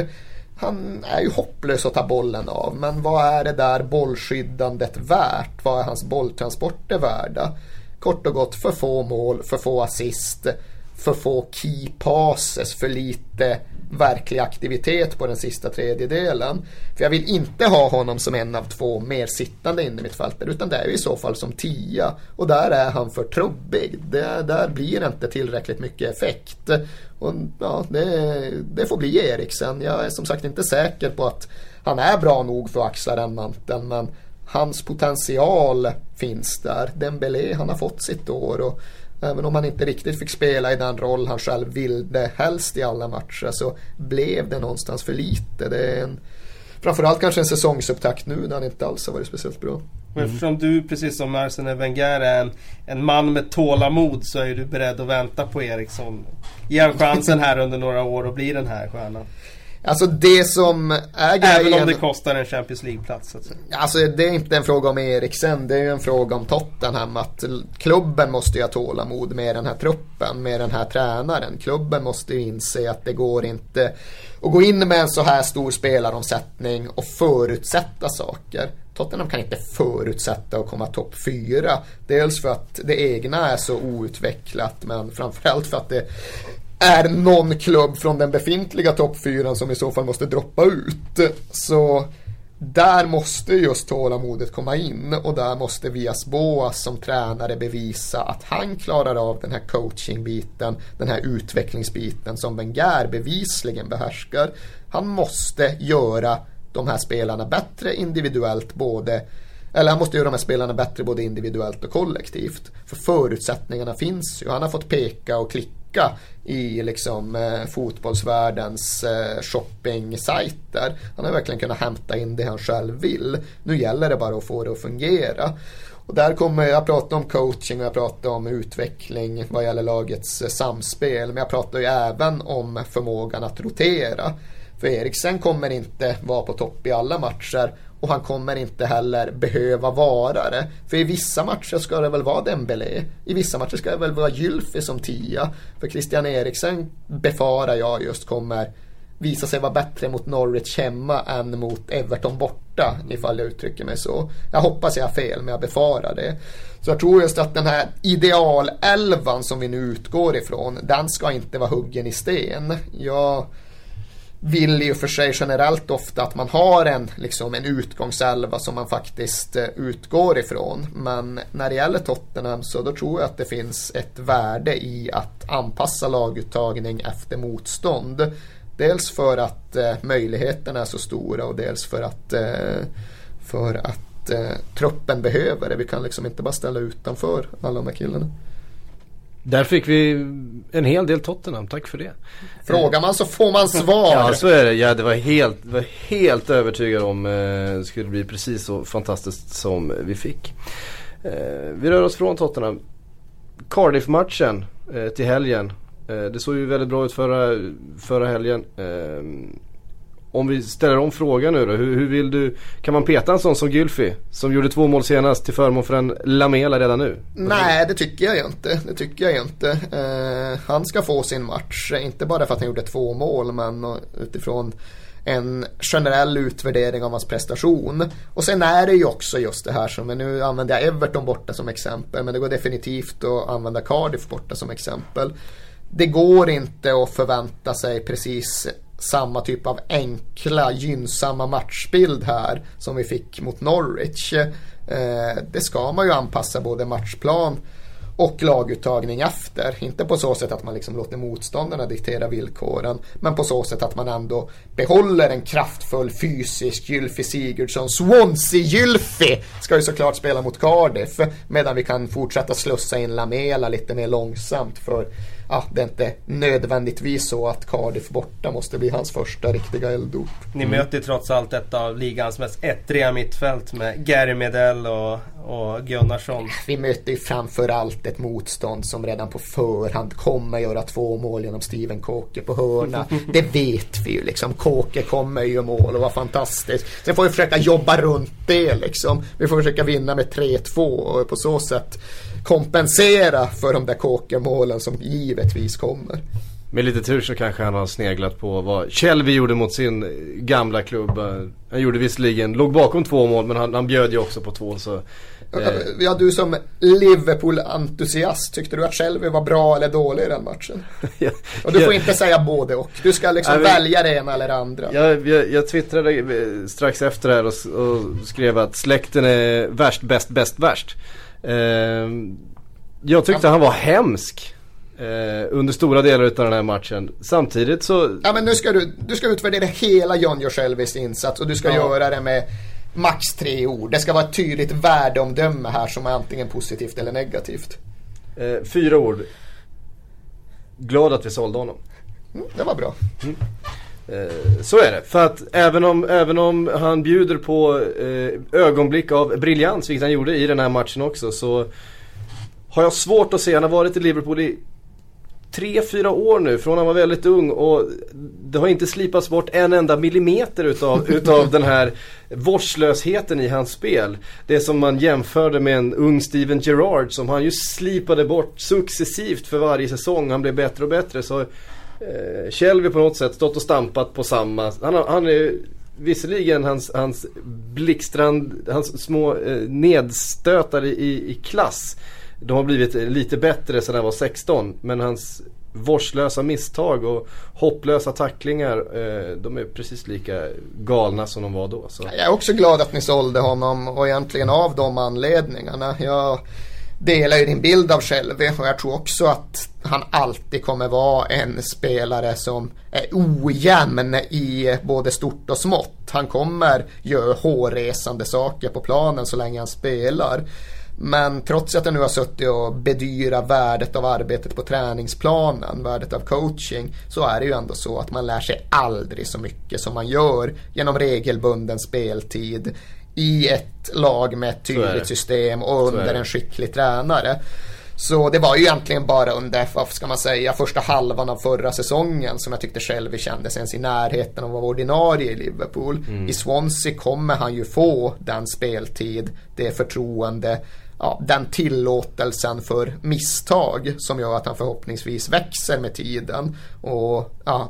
Speaker 2: Han är ju hopplös att ta bollen av, men vad är det där bollskyddandet värt? Vad är hans bolltransporter värda? Kort och gott, för få mål, för få assist, för få key passes, för lite verklig aktivitet på den sista tredjedelen. För jag vill inte ha honom som en av två mer sittande inne i mitt fältare, utan det är ju i så fall som 10, och där är han för trubbig. Där blir inte tillräckligt mycket effekt, och ja, det får bli Eriksen. Jag är som sagt inte säker på att han är bra nog för att axla den manteln, men hans potential finns där. Dembélé, han har fått sitt år, och även om han inte riktigt fick spela i den roll han själv ville helst i alla matcher, så blev det någonstans för lite. Det är framförallt kanske en säsongsupptakt nu när han inte alls har varit speciellt bra.
Speaker 3: Men eftersom du, precis som Arsene Wenger, är en man med tålamod, så är du beredd att vänta på Eriksson. Ge en chansen här under några år och bli den här stjärnan.
Speaker 2: Alltså det som är grejen,
Speaker 3: även om det kostar en Champions League-plats.
Speaker 2: Alltså det är inte en fråga om Eriksen, det är ju en fråga om Tottenham. Att klubben måste ju ha tålamod med den här truppen, med den här tränaren. Klubben måste ju inse att det går inte att gå in med en så här stor spelaromsättning och förutsätta saker. Tottenham kan inte förutsätta att komma topp 4. Dels för att det egna är så outvecklat, men framförallt för att det är någon klubb från den befintliga topp 4 som i så fall måste droppa ut. Så där måste just tålamodet komma in, och där måste Villas-Boas som tränare bevisa att han klarar av den här coachingbiten, den här utvecklingsbiten som Wenger bevisligen behärskar. Han måste göra de här spelarna bättre individuellt, han måste göra de här spelarna bättre både individuellt och kollektivt. För förutsättningarna finns ju. Han har fått peka och klicka i liksom fotbollsvärldens shopping-sajter. Han har verkligen kunnat hämta in det han själv vill. Nu gäller det bara att få det att fungera. Och där kommer jag prata om coaching, och jag pratar om utveckling vad gäller lagets samspel. Men jag pratar ju även om förmågan att rotera. För Eriksen kommer inte vara på topp i alla matcher, och han kommer inte heller behöva vara det. För i vissa matcher ska det väl vara Dembélé, i vissa matcher ska det väl vara Gylfi som 10. För Christian Eriksen befarar jag just kommer visa sig vara bättre mot Norwich hemma än mot Everton borta, ifall jag uttrycker mig så. Jag hoppas jag har fel, men jag befarar det. Så jag tror just att den här idealelvan som vi nu utgår ifrån, den ska inte vara huggen i sten. Jag vill ju för sig generellt ofta att man har en utgångselva som man faktiskt utgår ifrån. Men när det gäller Tottenham, så då tror jag att det finns ett värde i att anpassa laguttagning efter motstånd. Dels för att möjligheterna är så stora, och dels för att truppen behöver det. Vi kan inte bara ställa utanför alla de här killarna.
Speaker 1: Där fick vi en hel del Tottenham, tack för det.
Speaker 2: Frågar man så får man svar.
Speaker 1: Ja, så är det. Ja, det var helt övertygad om det skulle bli precis så fantastiskt som vi fick. Vi rör oss från Tottenham. Cardiff-matchen till helgen. Det såg ju väldigt bra ut förra helgen. Om vi ställer om frågan nu då, hur vill du, kan man peta en sån som Gylfi som gjorde 2 mål senast till förmån för en Lamela redan nu?
Speaker 2: Nej, det tycker jag inte. Han ska få sin match, inte bara för att han gjorde 2 mål, men utifrån en generell utvärdering av hans prestation. Och sen är det ju också just det här som, nu använder jag Everton borta som exempel, men det går definitivt att använda Cardiff borta som exempel. Det går inte att förvänta sig precis samma typ av enkla, gynnsamma matchbild här som vi fick mot Norwich. Det ska man ju anpassa både matchplan och laguttagning efter. Inte på så sätt att man liksom låter motståndarna diktera villkoren, men på så sätt att man ändå behåller en kraftfull fysisk Gylfi Sigurdsson. Swansea-Gylfi ska ju såklart spela mot Cardiff, medan vi kan fortsätta slussa in Lamela lite mer långsamt, för det är inte nödvändigtvis så att Cardiff borta måste bli hans första riktiga elddop.
Speaker 3: Ni möter trots allt ett av ligans mest ettriga mittfält med Gary Medel och Gunnarsson.
Speaker 2: Vi möter ju framförallt ett motstånd som redan på förhand kommer göra 2 mål genom Steven Kåke på hörna. Det vet vi ju liksom. Kåke kommer ju mål och var fantastiskt. Sen får vi försöka jobba runt det liksom. Vi får försöka vinna med 3-2 och på så sätt kompensera för de där Kåke-målen som givetvis kommer.
Speaker 1: Med lite tur så kanske han har sneglat på vad Shelby gjorde mot sin gamla klubb. Han gjorde visserligen, låg bakom 2 mål, men han bjöd ju också på 2. Så,
Speaker 2: Ja, du som Liverpool-entusiast, tyckte du att Shelby var bra eller dålig i den matchen? Och du får inte säga både och. Du ska liksom välja det ena eller det andra.
Speaker 1: Jag twittrade strax efter det här och skrev att släkten är värst, bäst, bäst, värst. Jag tyckte han var hemsk under stora delar av den här matchen. Samtidigt så...
Speaker 2: Ja, men nu ska du utvärdera hela Jonjo Shelbys insats, och du ska göra det med max 3 ord. Det ska vara ett tydligt värdeomdöme här som är antingen positivt eller negativt.
Speaker 1: 4 ord. Glad att vi sålde honom.
Speaker 2: Det var bra.
Speaker 1: Så är det. För att även om han bjuder på ögonblick av briljans, vilket han gjorde i den här matchen också, så har jag svårt att se. Han har varit i Liverpool i 3-4 år nu, från han var väldigt ung, och det har inte slipats bort en enda millimeter utav den här vårdslösheten i hans spel. Det som man jämförde med en ung Steven Gerrard, som han ju slipade bort successivt för varje säsong. Han blev bättre och bättre. Så Shelby på något sätt stått och stampat på samma. Han är visserligen hans blixtrand, hans små nedstötar i klass, de har blivit lite bättre sedan han var 16, men hans vårdslösa misstag och hopplösa tacklingar, de är precis lika galna som de var då. Så.
Speaker 2: Jag är också glad att ni sålde honom, och egentligen av de anledningarna. Jag delar ju din bild av Shelby, och jag tror också att han alltid kommer vara en spelare som är ojämn i både stort och smått. Han kommer göra hårresande saker på planen så länge han spelar. Men trots att jag nu har suttit och bedyra värdet av arbetet på träningsplanen, värdet av coaching, så är det ju ändå så att man lär sig aldrig så mycket som man gör genom regelbunden speltid i ett lag med ett tydligt system och under en skicklig tränare. Så det var ju egentligen bara under, vad ska man säga, första halvan av förra säsongen som jag tyckte Shelby kändes ens i närheten av att vara ordinarie i Liverpool. I Swansea kommer han ju få den speltid, det förtroende, den tillåtelsen för misstag som gör att han förhoppningsvis växer med tiden och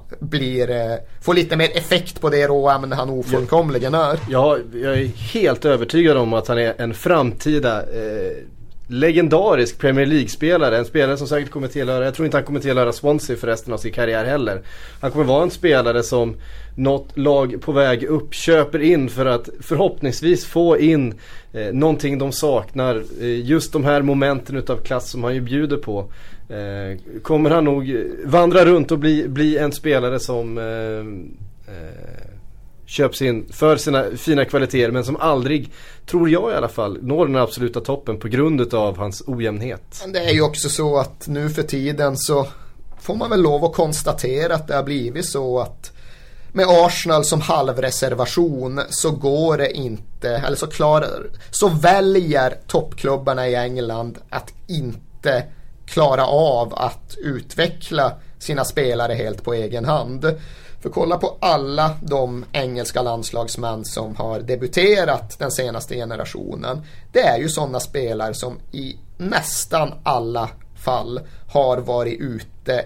Speaker 2: får lite mer effekt på det råämne han ofullkomligen är.
Speaker 1: Ja, jag är helt övertygad om att han är en framtida legendarisk Premier League-spelare. En spelare som säkert kommer tillhöra, jag tror inte han kommer tillhöra Swansea för resten av sin karriär heller. Han kommer vara en spelare som något lag på väg upp köper in för att förhoppningsvis få in någonting de saknar. Just de här momenten utav klass som han ju bjuder på. Kommer han nog vandra runt och bli en spelare som köps in för sina fina kvaliteter, men som aldrig, tror jag i alla fall, når den absoluta toppen på grund av hans ojämnhet.
Speaker 2: Men det är ju också så att nu för tiden så får man väl lov att konstatera att det har blivit så att med Arsenal som halvreservation så går det inte, eller så väljer toppklubbarna i England att inte klara av att utveckla sina spelare helt på egen hand. För kolla på alla de engelska landslagsmän som har debuterat den senaste generationen. Det är ju sådana spelare som i nästan alla fall har varit ute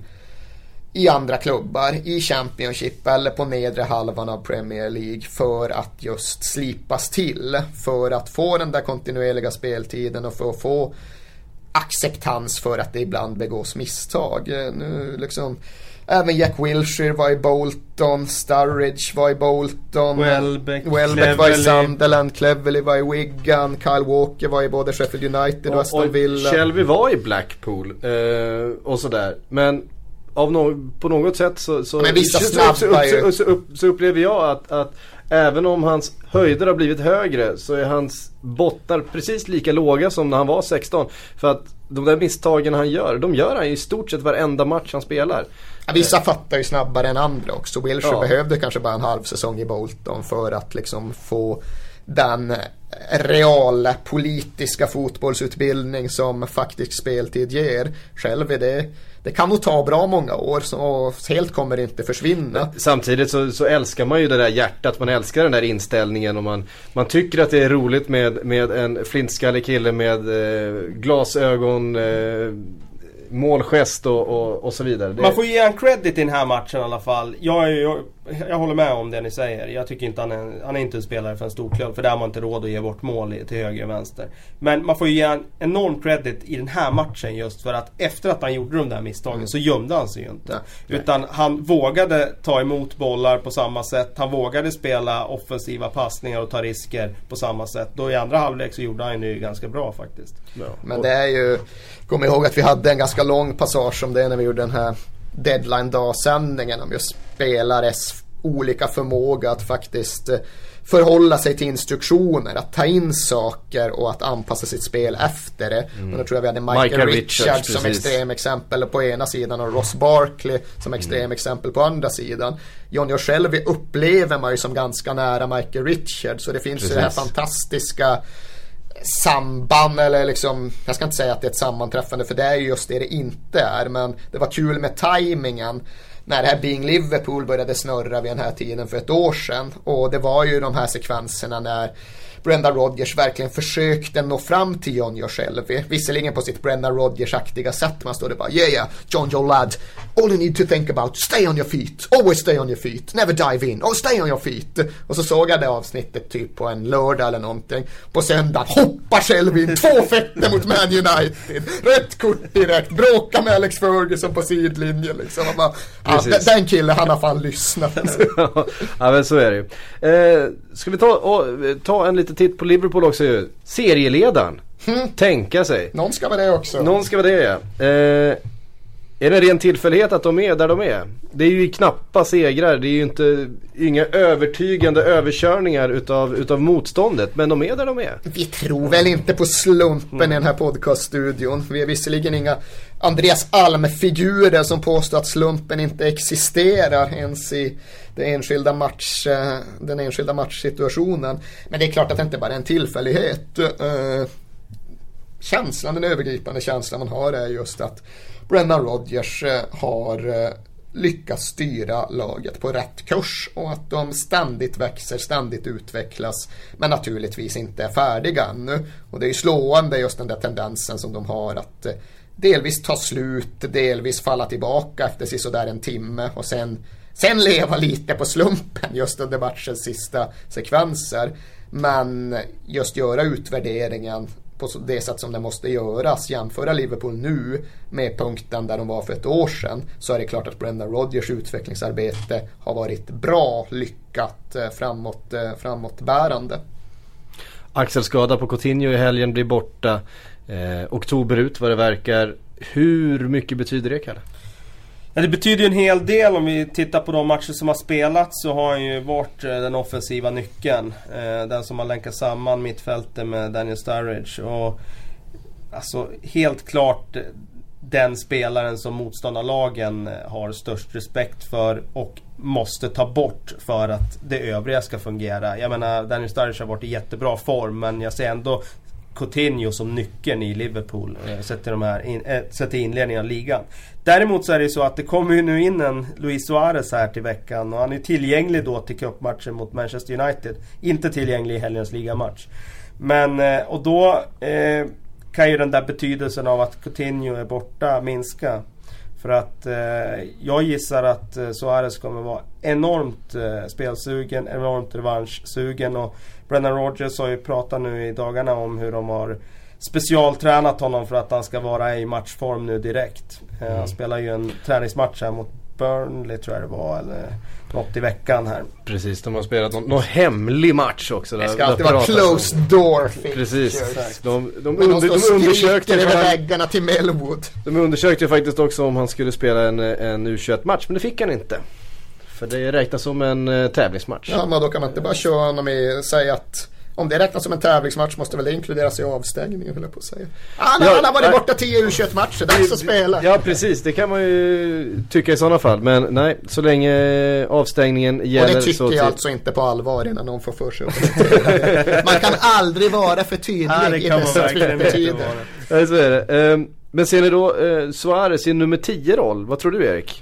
Speaker 2: i andra klubbar, i Championship eller på nedre halvan av Premier League för att just slipas till, för att få den där kontinuerliga speltiden och för att få acceptans för att det ibland begås misstag. Nu liksom även Jack Wilshere var i Bolton, Sturridge var i Bolton,
Speaker 3: Welbeck
Speaker 2: var i Sunderland, Cleverley var i Wigan, Kyle Walker var i både Sheffield United och Aston Villa.
Speaker 1: Shelby var i Blackpool och sådär. Men på något sätt så upplever jag att även om hans höjder har blivit högre så är hans bottnar precis lika låga som när han var 16. För att de där misstagen han gör, de gör han i stort sett varenda match han spelar.
Speaker 2: Ja, vissa fattar ju snabbare än andra också. Wilshere behövde kanske bara en halv säsong i Bolton för att liksom få den reala politiska fotbollsutbildning som faktisk speltid ger. Själv är det kan nog ta bra många år, så helt kommer det inte försvinna.
Speaker 1: Samtidigt så älskar man ju det där hjärtat, man älskar den där inställningen och man tycker att det är roligt med en flintskallig kille med glasögon, målgest och så vidare.
Speaker 3: Man får ge en credit i den här matchen i alla fall. Jag håller med om det ni säger. Jag tycker inte han är inte en spelare för en stor klubb, för där har man inte råd att ge bort mål till höger och vänster. Men man får ge en enorm credit i den här matchen just för att efter att han gjorde de där misstagen så gömde han sig ju inte. Utan han vågade ta emot bollar på samma sätt. Han vågade spela offensiva passningar och ta risker på samma sätt. Då i andra halvlek så gjorde han ju ganska bra faktiskt.
Speaker 2: Ja. Men det är ju, kom ihåg att vi hade en ganska lång passage om det när vi gjorde den här deadline-dag-sändningen om just spelares olika förmåga att faktiskt förhålla sig till instruktioner, att ta in saker och att anpassa sitt spel efter det. Och då tror jag vi hade Michael Richards som extrem exempel på ena sidan och Ross Barkley som extrem exempel på andra sidan. Jonny Shelvey upplever man ju som ganska nära Michael Richards, så det finns ju det här fantastiska samband, eller liksom, jag ska inte säga att det är ett sammanträffande för det är just det inte är, men det var kul med tajmingen när det här Being Liverpool började snurra vid den här tiden för ett år sedan, och det var ju de här sekvenserna när Brendan Rodgers verkligen försökte nå fram till Jonny Shelvey, visserligen på sitt Brendan Rodgers-aktiga sätt. Man stod det bara, yeah, John Joe lad, all you need to think about, stay on your feet, always stay on your feet, never dive in, stay on your feet. Och så såg jag det avsnittet typ på en lördag eller någonting. På söndag hoppar Shelvey in 2 fötter mot Man United, rätt kort direkt, bråkar med Alex Ferguson på sidlinjen liksom. Bara, den killen, han har fan lyssnat.
Speaker 1: Ja, men så är det ju. Ska vi ta en liten titt på Liverpool också ju. Serieledaren. Tänka sig.
Speaker 2: Någon ska vara det också.
Speaker 1: Någon ska vara det, ja. Är det en ren tillfällighet att de är där de är? Det är ju knappa segrar. Det är ju inga övertygande överkörningar utav motståndet. Men de är där de är.
Speaker 2: Vi tror väl inte på slumpen i den här podcaststudion. Vi är visserligen inga Andreas Alm-figurer som påstår att slumpen inte existerar ens i den enskilda matchsituationen. Men det är klart att det inte bara är en tillfällighet. Den övergripande känslan man har är just att Brendan Rodgers har lyckats styra laget på rätt kurs och att de ständigt växer, ständigt utvecklas, men naturligtvis inte är färdiga ännu. Och det är ju slående just den där tendensen som de har att delvis ta slut, delvis falla tillbaka efter sådär en timme och sen leva lite på slumpen just under matchens sista sekvenser, men just göra utvärderingen på det sätt som det måste göras, jämföra Liverpool nu med punkten där de var för ett år sedan, så är det klart att Brendan Rodgers utvecklingsarbete har varit bra, lyckat, framåtbärande.
Speaker 1: Axelskada på Coutinho i helgen blir borta, oktober ut vad det verkar. Hur mycket betyder det, Kalle?
Speaker 3: Ja, det betyder ju en hel del. Om vi tittar på de matcher som har spelats, så har han ju varit den offensiva nyckeln. Den som har länkat samman mittfältet med Daniel Sturridge. Och alltså helt klart den spelaren som motståndarlagen har störst respekt för och måste ta bort för att det övriga ska fungera. Jag menar, Daniel Sturridge har varit i jättebra form, men jag ser ändå Coutinho som nyckeln i Liverpool sätter inledningen av ligan. Däremot så är det så att det kommer ju nu in en Luis Suarez här till veckan, och han är tillgänglig då till cupmatchen mot Manchester United. Inte tillgänglig i helgens ligamatch. Men, och då kan ju den där betydelsen av att Coutinho är borta minska. För att jag gissar att Suarez kommer vara enormt spelsugen, enormt revanschsugen. Och Brendan Rodgers har ju pratat nu i dagarna om hur de har specialtränat honom för att han ska vara i matchform nu direkt. Han spelar ju en träningsmatch här mot Burnley, tror jag det var, eller något i veckan här.
Speaker 1: Precis, de har spelat någon hemlig match också.
Speaker 2: Det ska alltid vara closed door fixture.
Speaker 1: Precis. De
Speaker 2: undersökte över väggarna till Melwood.
Speaker 1: De undersökte faktiskt också om han skulle spela en U21-match, men det fick han inte. För det räknas som en tävlingsmatch.
Speaker 2: Ja, men då kan man inte bara köra honom och säga att om det räknas som en tävlingsmatch måste väl det inkluderas i avstängningen, vill jag på att säga. Han har varit borta 10 U21-matcher, dags att spela.
Speaker 1: Ja, precis. Det kan man ju tycka i sådana fall. Men nej, så länge avstängningen gäller. Och
Speaker 2: det tycker jag alltså inte på allvar innan någon får för sig. Man kan aldrig vara för tydlig i dessa Twitter-tider.
Speaker 1: Ja, så är det. Men ser ni då Suarez i nummer 10-roll? Vad tror du, Erik?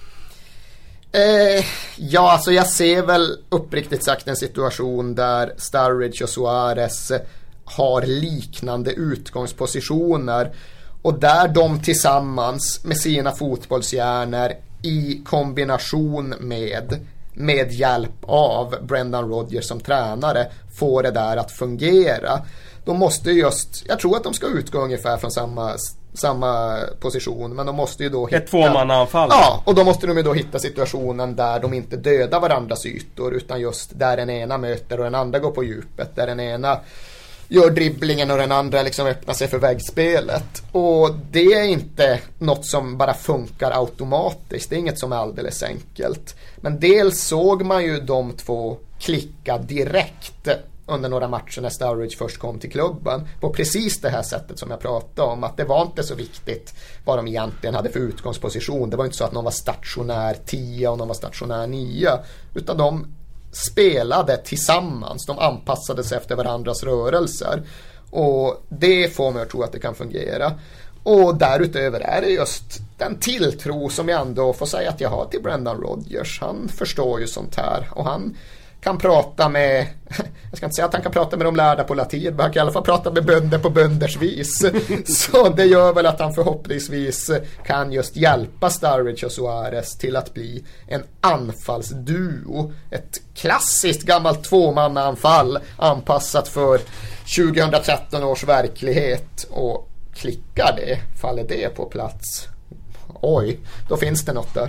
Speaker 2: Ja, alltså jag ser väl uppriktigt sagt en situation där Sturridge och Suarez har liknande utgångspositioner, och där de tillsammans med sina fotbollshjärnor i kombination med hjälp av Brendan Rodgers som tränare får det där att fungera. De måste jag tror att de ska utgå ungefär från samma position, men de måste ju då hitta ett
Speaker 3: tvåmannaanfall.
Speaker 2: Ja, och då måste de ju då hitta situationen där de inte dödar varandras ytor, utan just där den ena möter och den andra går på djupet, där den ena gör dribblingen och den andra liksom öppnar sig för väggspelet. Och det är inte något som bara funkar automatiskt, det är inget som är alldeles enkelt. Men dels såg man ju de två klicka direkt under några matcher när Sturridge först kom till klubben, på precis det här sättet som jag pratade om, att det var inte så viktigt vad de egentligen hade för utgångsposition. Det var inte så att någon var stationär 10 och någon var stationär 9, utan de spelade tillsammans, de anpassade sig efter varandras rörelser, och det får mig att tro att det kan fungera. Och därutöver är det just den tilltro som jag ändå får säga att jag har till Brendan Rodgers. Han förstår ju sånt här, och han kan prata med, jag ska inte säga att han kan prata med de lärda på latin, men han kan i alla fall prata med bönder på bönders vis. Så det gör väl att han förhoppningsvis kan just hjälpa Sturridge och Suarez till att bli en anfallsduo. Ett klassiskt gammalt tvåmannaanfall anpassat för 2013 års verklighet, och klickar det, faller det på plats, oj, då finns det något där.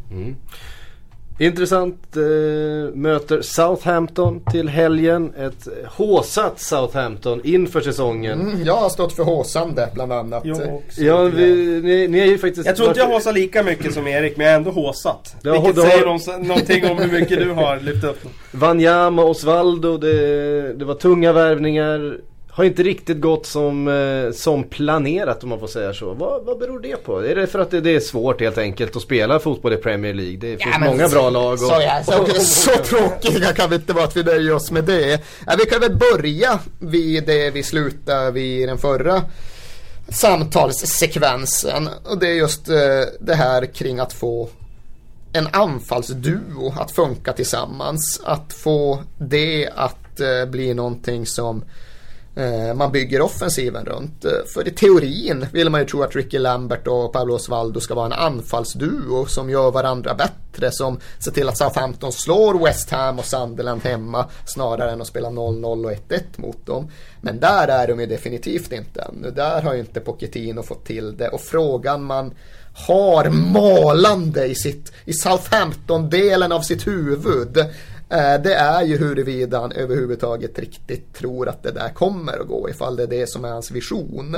Speaker 1: Intressant, möter Southampton till helgen. Ett håsat Southampton inför säsongen.
Speaker 2: Jag har stått för håsande bland annat.
Speaker 1: Ja, ni är ju faktiskt...
Speaker 3: Jag tror inte jag håsar lika mycket som Erik, men jag är ändå håsat. Vilket säger någonting om hur mycket du har lyft upp.
Speaker 1: Wanyama och Osvaldo, det var tunga värvningar. Har inte riktigt gått som planerat, om man får säga så. Vad beror det på? Är det för att det är svårt helt enkelt att spela fotboll i Premier League? Det finns många bra lag.
Speaker 2: Så tråkiga kan vi inte vara att vi nöjer oss med det. Vi kan väl börja vid det vi slutade vid den förra samtalssekvensen. Och det är just det här kring att få en anfallsduo att funka tillsammans. Att få det att bli någonting som man bygger offensiven runt. För i teorin vill man ju tro att Ricky Lambert och Pablo Osvaldo ska vara en anfallsduo som gör varandra bättre, som ser till att Southampton slår West Ham och Sunderland hemma snarare än att spela 0-0 och 1-1 mot dem. Men där är de ju definitivt inte ännu. Där har ju inte Pochettino fått till det, och frågan man har malande i Southampton-delen av sitt huvud, det är ju huruvida han överhuvudtaget riktigt tror att det där kommer att gå, ifall det är det som är hans vision,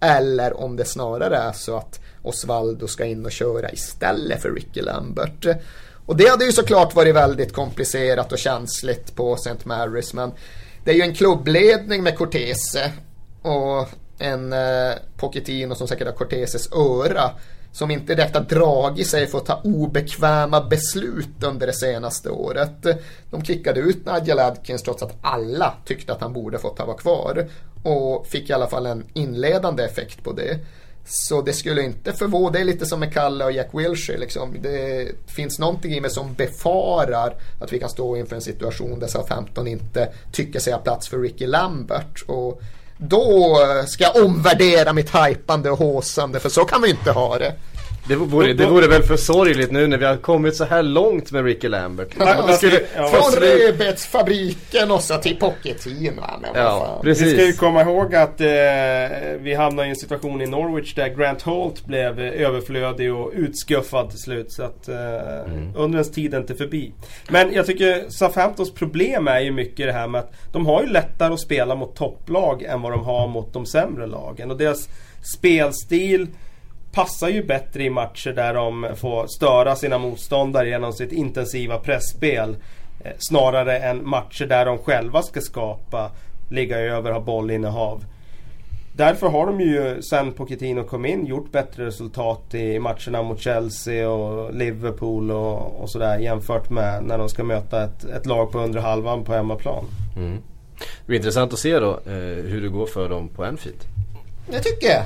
Speaker 2: eller om det snarare är så att Osvaldo ska in och köra istället för Ricky Lambert. Och det hade ju såklart varit väldigt komplicerat och känsligt på St. Mary's, men det är ju en klubbledning med Cortese och en Pochettino som säkert har Corteses öra, som inte direkt har dragit sig för att ta obekväma beslut under det senaste året. De kickade ut Nigel Adkins trots att alla tyckte att han borde fått vara kvar, och fick i alla fall en inledande effekt på det. Så det skulle inte förvåna, det är lite som med Kalle och Jack Wilshere liksom. Det finns någonting i mig som befarar att vi kan stå inför en situation där Southampton inte tycker sig ha plats för Ricky Lambert, och då ska jag omvärdera mitt hypande och håsande, för så kan vi inte ha det.
Speaker 1: Det vore väl för sorgligt nu när vi har kommit så här långt med Ricky Lambert.
Speaker 2: Från Rebetsfabriken och så till Pochettino.
Speaker 3: Vi ska ju komma ihåg att vi hamnar i en situation i Norwich där Grant Holt blev överflödig och utskuffad till slut, så att undrens tid inte förbi. Men jag tycker Southamptons problem är ju mycket det här med att de har ju lättare att spela mot topplag än vad de har mot de sämre lagen, och deras spelstil passar ju bättre i matcher där de får störa sina motståndare genom sitt intensiva pressspel, snarare än matcher där de själva ska skapa, ligga över, ha bollinnehav. Därför har de ju sen Pochettino kom in gjort bättre resultat i matcherna mot Chelsea och Liverpool och sådär, jämfört med när de ska möta ett lag på under halvan på hemmaplan.
Speaker 1: Det blir intressant att se då hur det går för dem på Anfield.
Speaker 2: Det tycker jag.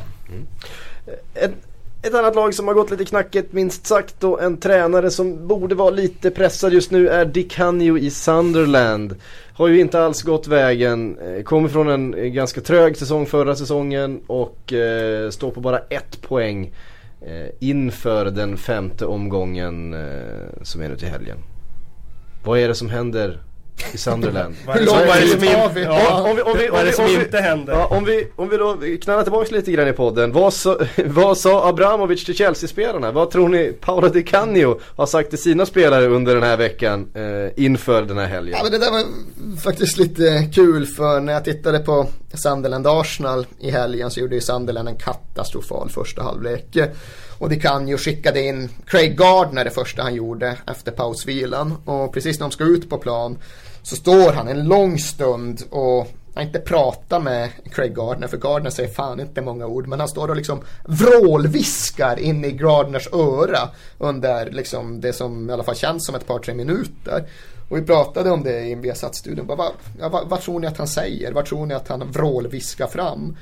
Speaker 1: Ett annat lag som har gått lite knackigt minst sagt, och en tränare som borde vara lite pressad just nu är Di Canio i Sunderland. Har ju inte alls gått vägen, kommer från en ganska trög säsong förra säsongen och står på bara 1 poäng inför den 5:e omgången som är nu till helgen. Vad är det som händer i Sunderland?
Speaker 3: Vad är det som inte händer?
Speaker 1: Om vi då knallar tillbaka lite grann i podden. Vad sa Abramovic till Chelsea-spelarna? Vad tror ni Paolo Di Canio har sagt till sina spelare under den här veckan inför den här helgen?
Speaker 2: Ja, men det där var faktiskt lite kul, för när jag tittade på Sunderland-Arsenal i helgen så gjorde ju Sunderland en katastrofal första halvlek. Och Di Canio skickade in Craig Gardner det första han gjorde efter pausvilan. Och precis när de ska ut på plan så står han en lång stund och han inte pratar med Craig Gardner, för Gardner säger fan inte många ord, men han står och liksom vrålviskar in i Gardners öra under liksom det som i alla fall känns som ett par 3 minuter. Och vi pratade om det i Viasat-studion. Vad tror ni att han säger? Vad tror ni att han vrålviskar fram?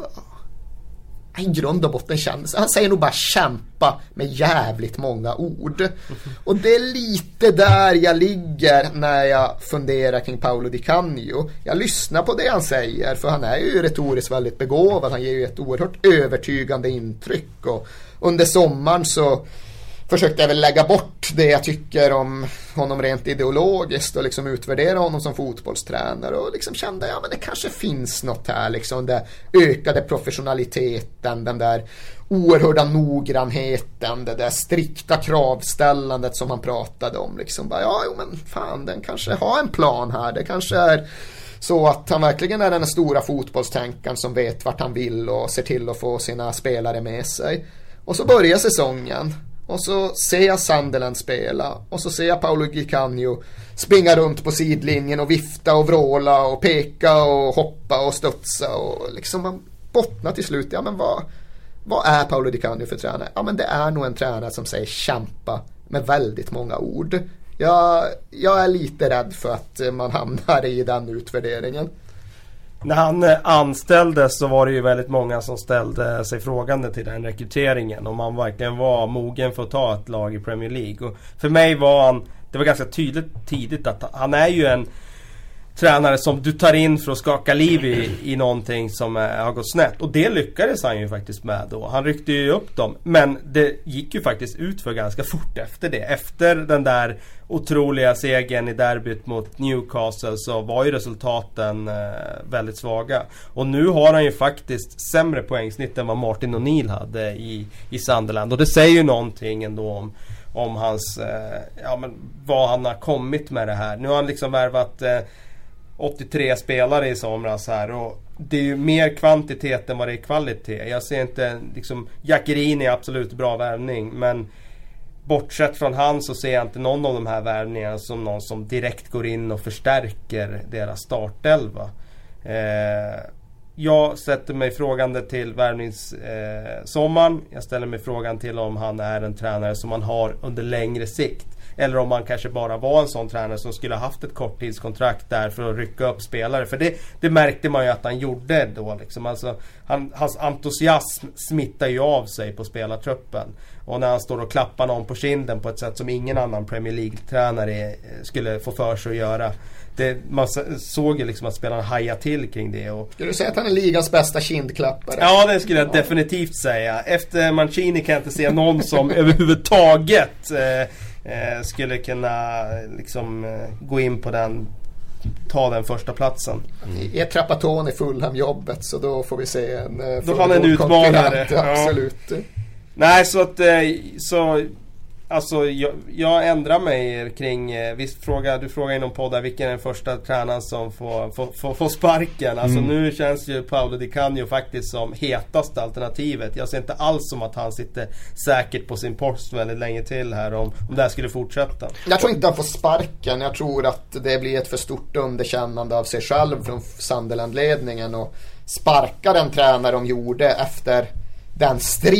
Speaker 2: I grund och botten känns han säger nog bara kämpa med jävligt många ord. Och det är lite där jag ligger när jag funderar kring Paolo Di Canio. Jag lyssnar på det han säger, för han är ju retoriskt väldigt begåvad. Han ger ju ett oerhört övertygande intryck, och under sommaren så försökte jag väl lägga bort det jag tycker om honom rent ideologiskt och liksom utvärdera honom som fotbollstränare, och liksom kände men det kanske finns något här, liksom den ökade professionaliteten, den där oerhörda noggrannheten, det där strikta kravställandet som han pratade om, liksom bara, men fan, den kanske har en plan här, det kanske är så att han verkligen är den stora fotbollstänkaren som vet vart han vill och ser till att få sina spelare med sig. Och så börjar säsongen. Och så ser jag Sunderland spela. Och så ser jag Paolo Di Canio springa runt på sidlinjen och vifta och vråla och peka och hoppa och studsa. Och liksom man bottnar till slut. Men vad är Paolo Di Canio för tränare? Men det är nog en tränare som säger kämpa med väldigt många ord. Jag är lite rädd för att man hamnar i den utvärderingen.
Speaker 3: När han anställdes så var det ju väldigt många som ställde sig frågande till den rekryteringen, om han verkligen var mogen för att ta ett lag i Premier League. Och för mig var det var ganska tydligt tidigt att han är ju en tränare som du tar in för att skaka liv i någonting som har gått snett. Och det lyckades han ju faktiskt med då. Han ryckte ju upp dem. Men det gick ju faktiskt ut för ganska fort efter det. Efter den där otroliga segern i derbyt mot Newcastle så var ju resultaten väldigt svaga. Och nu har han ju faktiskt sämre poängsnitt än vad Martin O'Neill hade i Sunderland. Och det säger ju någonting ändå om hans vad han har kommit med det här. Nu har han liksom värvat 83 spelare i somras här, och det är ju mer kvantitet än vad det är kvalitet. Jag ser inte liksom, Giaccherini är absolut bra värvning, men bortsett från han så ser jag inte någon av de här värvningarna som någon som direkt går in och förstärker deras startelva. Jag sätter mig frågande till värvningssommaren. Jag ställer mig frågan till om han är en tränare som man har under längre sikt. Eller om man kanske bara var en sån tränare som skulle ha haft ett korttidskontrakt där för att rycka upp spelare. För det märkte man ju att han gjorde då. Liksom. Alltså, hans entusiasm smittar ju av sig på spelartruppen. Och när han står och klappar någon på kinden på ett sätt som ingen annan Premier League-tränare skulle få för sig att göra. Man såg ju liksom att spelarna hajar till kring det.
Speaker 2: Skulle du säga att han är ligans bästa kindklappare?
Speaker 3: Ja, det skulle jag definitivt säga. Efter Mancini kan jag inte se någon som överhuvudtaget skulle kunna liksom gå in på den, ta den första platsen.
Speaker 2: Är Trapattoni Fulham-jobbet, så då får vi se en
Speaker 3: då han en utmanare.
Speaker 2: Absolut.
Speaker 3: Ja. Nej, så att alltså jag ändrar mig kring du frågar inom podden vilken är den första tränaren som får sparken. Alltså nu känns ju Paolo Di Canio faktiskt som hetaste alternativet. Jag ser inte alls som att han sitter säkert på sin post väldigt länge till här om det här skulle fortsätta.
Speaker 2: Jag tror inte han får sparken. Jag tror att det blir ett för stort underkännande av sig själv från Sunderland-ledningen, och sparka den tränare de gjorde efter den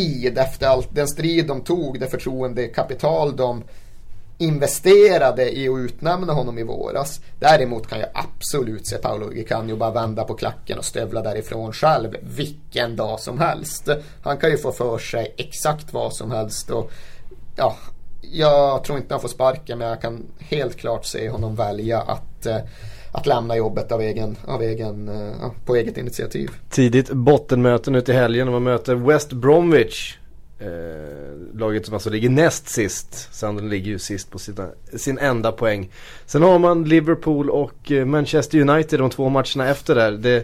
Speaker 2: strid de tog, det förtroendekapital de investerade i att utnämna honom i våras. Däremot kan jag absolut se Paolo Di Canio bara vända på klacken och stövla därifrån själv vilken dag som helst. Han kan ju få för sig exakt vad som helst, och ja, jag tror inte han får sparken, men jag kan helt klart se honom välja att lämna jobbet på eget initiativ.
Speaker 1: Tidigt bottenmöten ute i helgen, och man möter West Bromwich, laget som alltså ligger näst sist. Sunderland ligger ju sist på sin enda poäng. Sen har man Liverpool och Manchester United, de 2 matcherna efter där.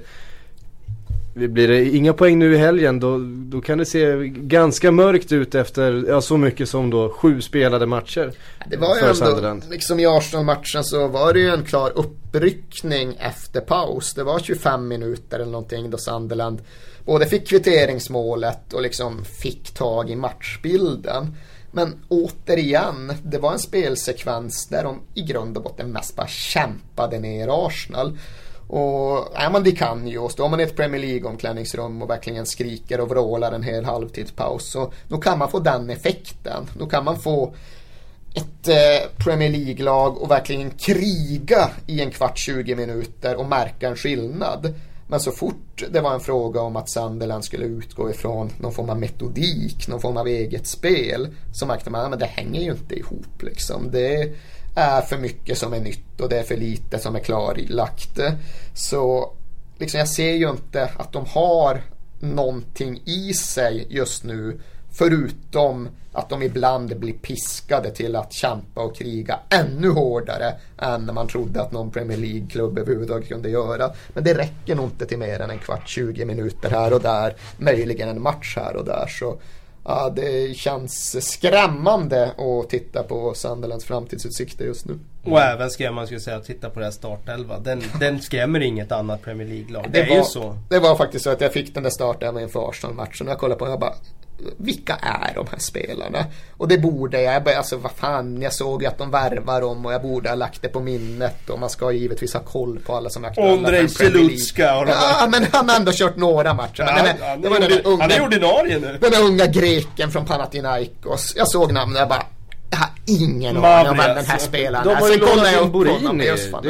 Speaker 1: Blir det inga poäng nu i helgen, då kan det se ganska mörkt ut efter så mycket som då 7 spelade matcher.
Speaker 2: Det var ju ändå, liksom i Arsenal-matchen så var det ju en klar uppryckning efter paus. Det var 25 minuter eller någonting då Sunderland både fick kvitteringsmålet och liksom fick tag i matchbilden. Men återigen, det var en spelsekvens där de i grund och botten mest bara kämpade ner Arsenal. Och är man Di Canio, står man i ett Premier League-omklädningsrum och verkligen skriker och vrålar en hel halvtidspaus, så då kan man få den effekten. Då kan man få ett Premier League-lag och verkligen kriga i en kvart 20 minuter och märka en skillnad. Men så fort det var en fråga om att Sunderland skulle utgå ifrån någon form av metodik, någon form av eget spel, så märkte man att det hänger ju inte ihop liksom. Det är för mycket som är nytt och det är för lite som är klarlagt. Så liksom, jag ser ju inte att de har någonting i sig just nu, förutom att de ibland blir piskade till att kämpa och kriga ännu hårdare än när man trodde att någon Premier League-klubb överhuvudtaget kunde göra. Men det räcker nog inte till mer än en kvart 20 minuter här och där, möjligen en match här och där. Så ja, det känns skrämmande att titta på Sunderlands framtidsutsikter just nu.
Speaker 3: Och även man skulle säga att titta på det här startelva. Den skrämmer inget annat Premier League-lag.
Speaker 2: Det är ju så. Det var faktiskt så att jag fick den där startelvan inför Arsenal-matchen och jag kollade på den och jag bara, vilka är de här spelarna? Och det borde jag alltså vad fan, jag såg att de värvar dem och jag borde ha lagt det på minnet, och man ska givetvis ha koll på alla som är aktuella.
Speaker 3: Ondrej Selutska.
Speaker 2: Ja, men han har ändå kört några matcher.
Speaker 3: Han är ordinarie nu.
Speaker 2: Den där unga greken från Panathinaikos. Jag såg namnet och jag bara, jag har ingen aning om den här spelaren.
Speaker 1: De har ju lånat in Borini.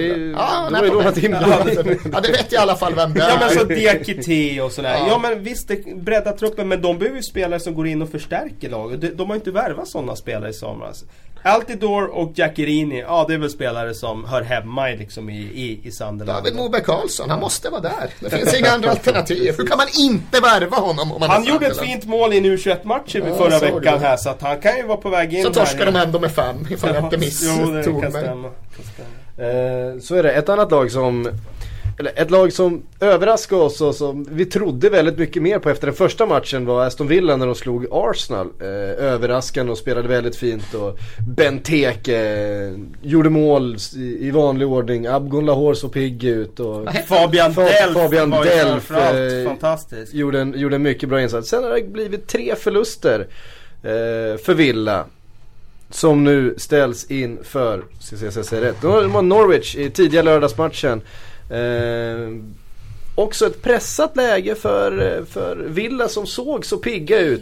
Speaker 2: Ja, det vet jag i alla fall vem det är.
Speaker 3: Ja, men så Diakité och sådär. Ja, men visst, bredda truppen, men de behöver ju spelare som går in och förstärker laget. De har inte värvat sådana spelare i somras. Altidore och Giaccherini, ja, det är väl spelare som hör hemma liksom i Sunderland.
Speaker 2: David Moberg Karlsson, han måste vara där. Det finns inga andra alternativ. Hur kan man inte värva honom om man
Speaker 3: han gjorde ett fint mål i en U21-match förra veckan här, så att han kan ju vara på väg in.
Speaker 2: Så torskar de ändå med 5 ifall jag inte misstog mig.
Speaker 1: Så är det. Ett annat lag som ett lag som överraskade oss och som vi trodde väldigt mycket mer på efter den första matchen var Aston Villa när de slog Arsenal. Överraskande och spelade väldigt fint och Benteke gjorde mål i vanlig ordning. Abgon Lahore så pigg ut och
Speaker 3: Fabian
Speaker 1: Delf
Speaker 3: fantastisk.
Speaker 1: Gjorde en mycket bra insats. Sen har det blivit 3 förluster för Villa som nu ställs in för de har Norwich i tidiga lördagsmatchen. Också ett pressat läge för Villa som såg så pigga ut.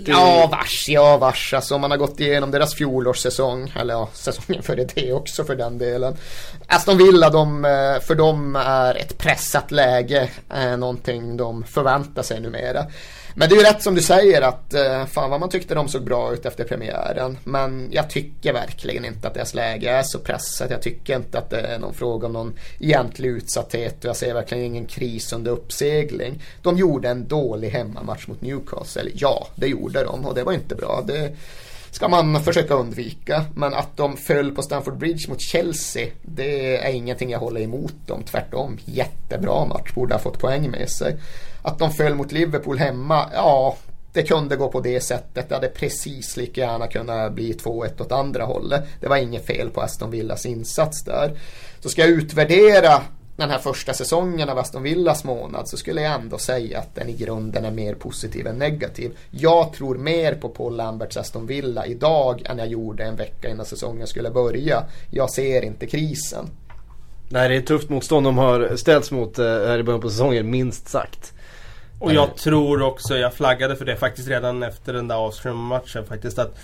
Speaker 2: Ja vars. Alltså man har gått igenom deras fjolårssäsong, eller ja, säsongen före det också för den delen. Aston Villa, för dem är ett pressat läge någonting de förväntar sig numera. Men det är ju rätt som du säger att fan vad man tyckte de såg bra ut efter premiären. Men jag tycker verkligen inte att deras läge är så pressat. Jag tycker inte att det är någon fråga om någon egentlig utsatthet. Och jag ser verkligen ingen kris under uppsegling. De gjorde en dålig hemmamatch mot Newcastle. Ja, det gjorde de och det var inte bra. Det ska man försöka undvika. Men att de föll på Stamford Bridge mot Chelsea, det är ingenting jag håller emot dem. Tvärtom, jättebra match, borde ha fått poäng med sig. Att de föll mot Liverpool hemma, ja, det kunde gå på det sättet. Det hade precis lika gärna kunnat bli 2-1 åt andra hållet. Det var inget fel på Aston Villas insats där. Så ska jag utvärdera den här första säsongen av Aston Villas månad, så skulle jag ändå säga att den i grunden är mer positiv än negativ. Jag tror mer på Paul Lamberts Aston Villa idag än jag gjorde en vecka innan säsongen skulle börja. Jag ser inte krisen.
Speaker 1: Nej, det är ett tufft motstånd de har ställts mot här i början på säsongen, minst sagt.
Speaker 3: Och jag tror också, jag flaggade för det faktiskt redan efter den där avskärmmatchen faktiskt, att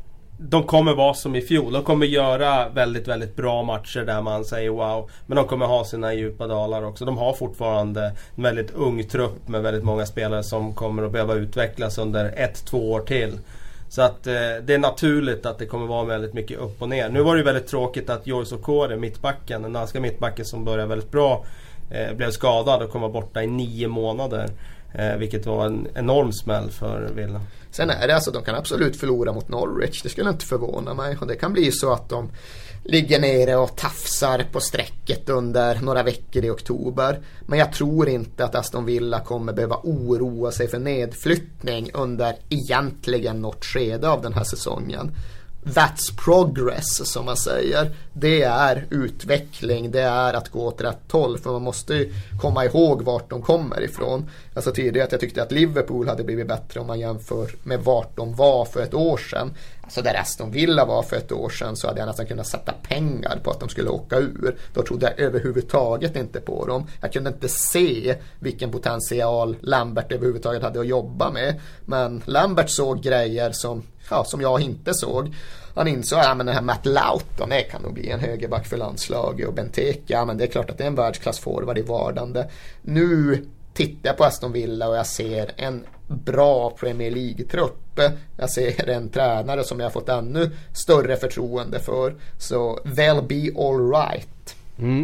Speaker 3: de kommer vara som i fjol. De kommer göra väldigt, väldigt bra matcher där man säger wow. Men de kommer ha sina djupa dalar också. De har fortfarande en väldigt ung trupp med väldigt många spelare som kommer att behöva utvecklas under 1-2 år till. Så att det är naturligt att det kommer vara väldigt mycket upp och ner. Nu var det väldigt tråkigt att Joyce Okore, mittbacken, den danska mittbacken som började väldigt bra, blev skadad och kom borta i 9 månader. Vilket var en enorm smäll för Villa.
Speaker 2: Sen är det alltså, de kan absolut förlora mot Norwich. Det skulle inte förvåna mig. Och det kan bli så att de ligger nere och tafsar på strecket under några veckor i oktober. Men jag tror inte att Aston Villa kommer behöva oroa sig för nedflyttning under egentligen något skede av den här säsongen. That's progress, som man säger. Det är utveckling, det är att gå åt rätt håll. För man måste ju komma ihåg vart de kommer ifrån. Alltså tidigare att jag tyckte att Liverpool hade blivit bättre om man jämför med vart de var för ett år sedan. Alltså där Aston Villa var för ett år sedan, så hade jag nästan kunnat sätta pengar på att de skulle åka ur. Då trodde jag överhuvudtaget inte på dem. Jag kunde inte se vilken potential Lambert överhuvudtaget hade att jobba med. Men Lambert såg grejer som jag inte såg. Han insåg att den här Matt Loughton kan nog bli en högerback för landslaget, och Benteke, men det är klart att det är en världsklassforward i vardande. Nu tittar jag på Aston Villa och jag ser en bra Premier League-trupp. Jag ser en tränare som jag har fått ännu större förtroende för. Så they'll be all right.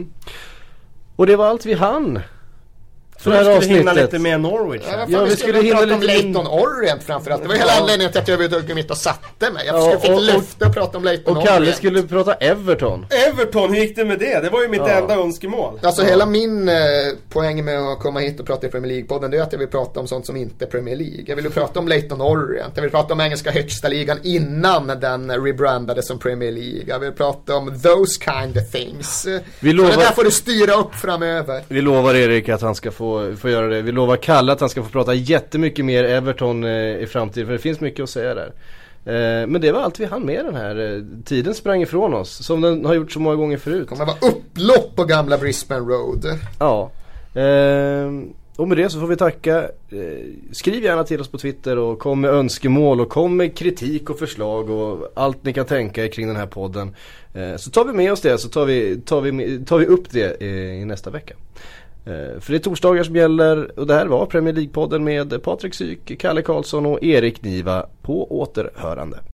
Speaker 1: Och det var allt vi hann.
Speaker 3: Så vi skulle hinna lite med Norwich.
Speaker 2: Ja, vi skulle hinna prata om Leyton Orient framförallt. Det var hela anledningen till att jag överhuvudtaget mitt och satte mig. Jag fick lyfta och prata om Leyton Orient.
Speaker 1: Och Kalle skulle prata Everton.
Speaker 3: Everton, hur gick det med det? Det var ju mitt enda önskemål.
Speaker 2: Alltså hela min poäng med att komma hit och prata i Premier League-podden, det är att jag vill prata om sånt som inte är Premier League. Jag vill ju prata om Leyton Orient. Jag vill prata om engelska högsta ligan innan den rebrandade som Premier League. Jag vill prata om those kind of things. Så det där får du styra upp framöver.
Speaker 1: Vi lovar Erik att han ska få göra det. Vi lovar Kalle att han ska få prata jättemycket mer Everton i framtiden, för det finns mycket att säga där. Men det var allt vi hann med den här. Tiden sprang ifrån oss, som den har gjort så många gånger förut.
Speaker 2: Det kommer vara upplopp på gamla Brisbane Road.
Speaker 1: Ja. Och med det så får vi tacka. Skriv gärna till oss på Twitter och kom med önskemål och kom med kritik och förslag och allt ni kan tänka er kring den här podden. Så tar vi med oss det, så tar vi upp det i nästa vecka. För det är torsdagar som gäller, och det här var Premier League-podden med Patrik Syk, Kalle Karlsson och Erik Niva. På återhörande.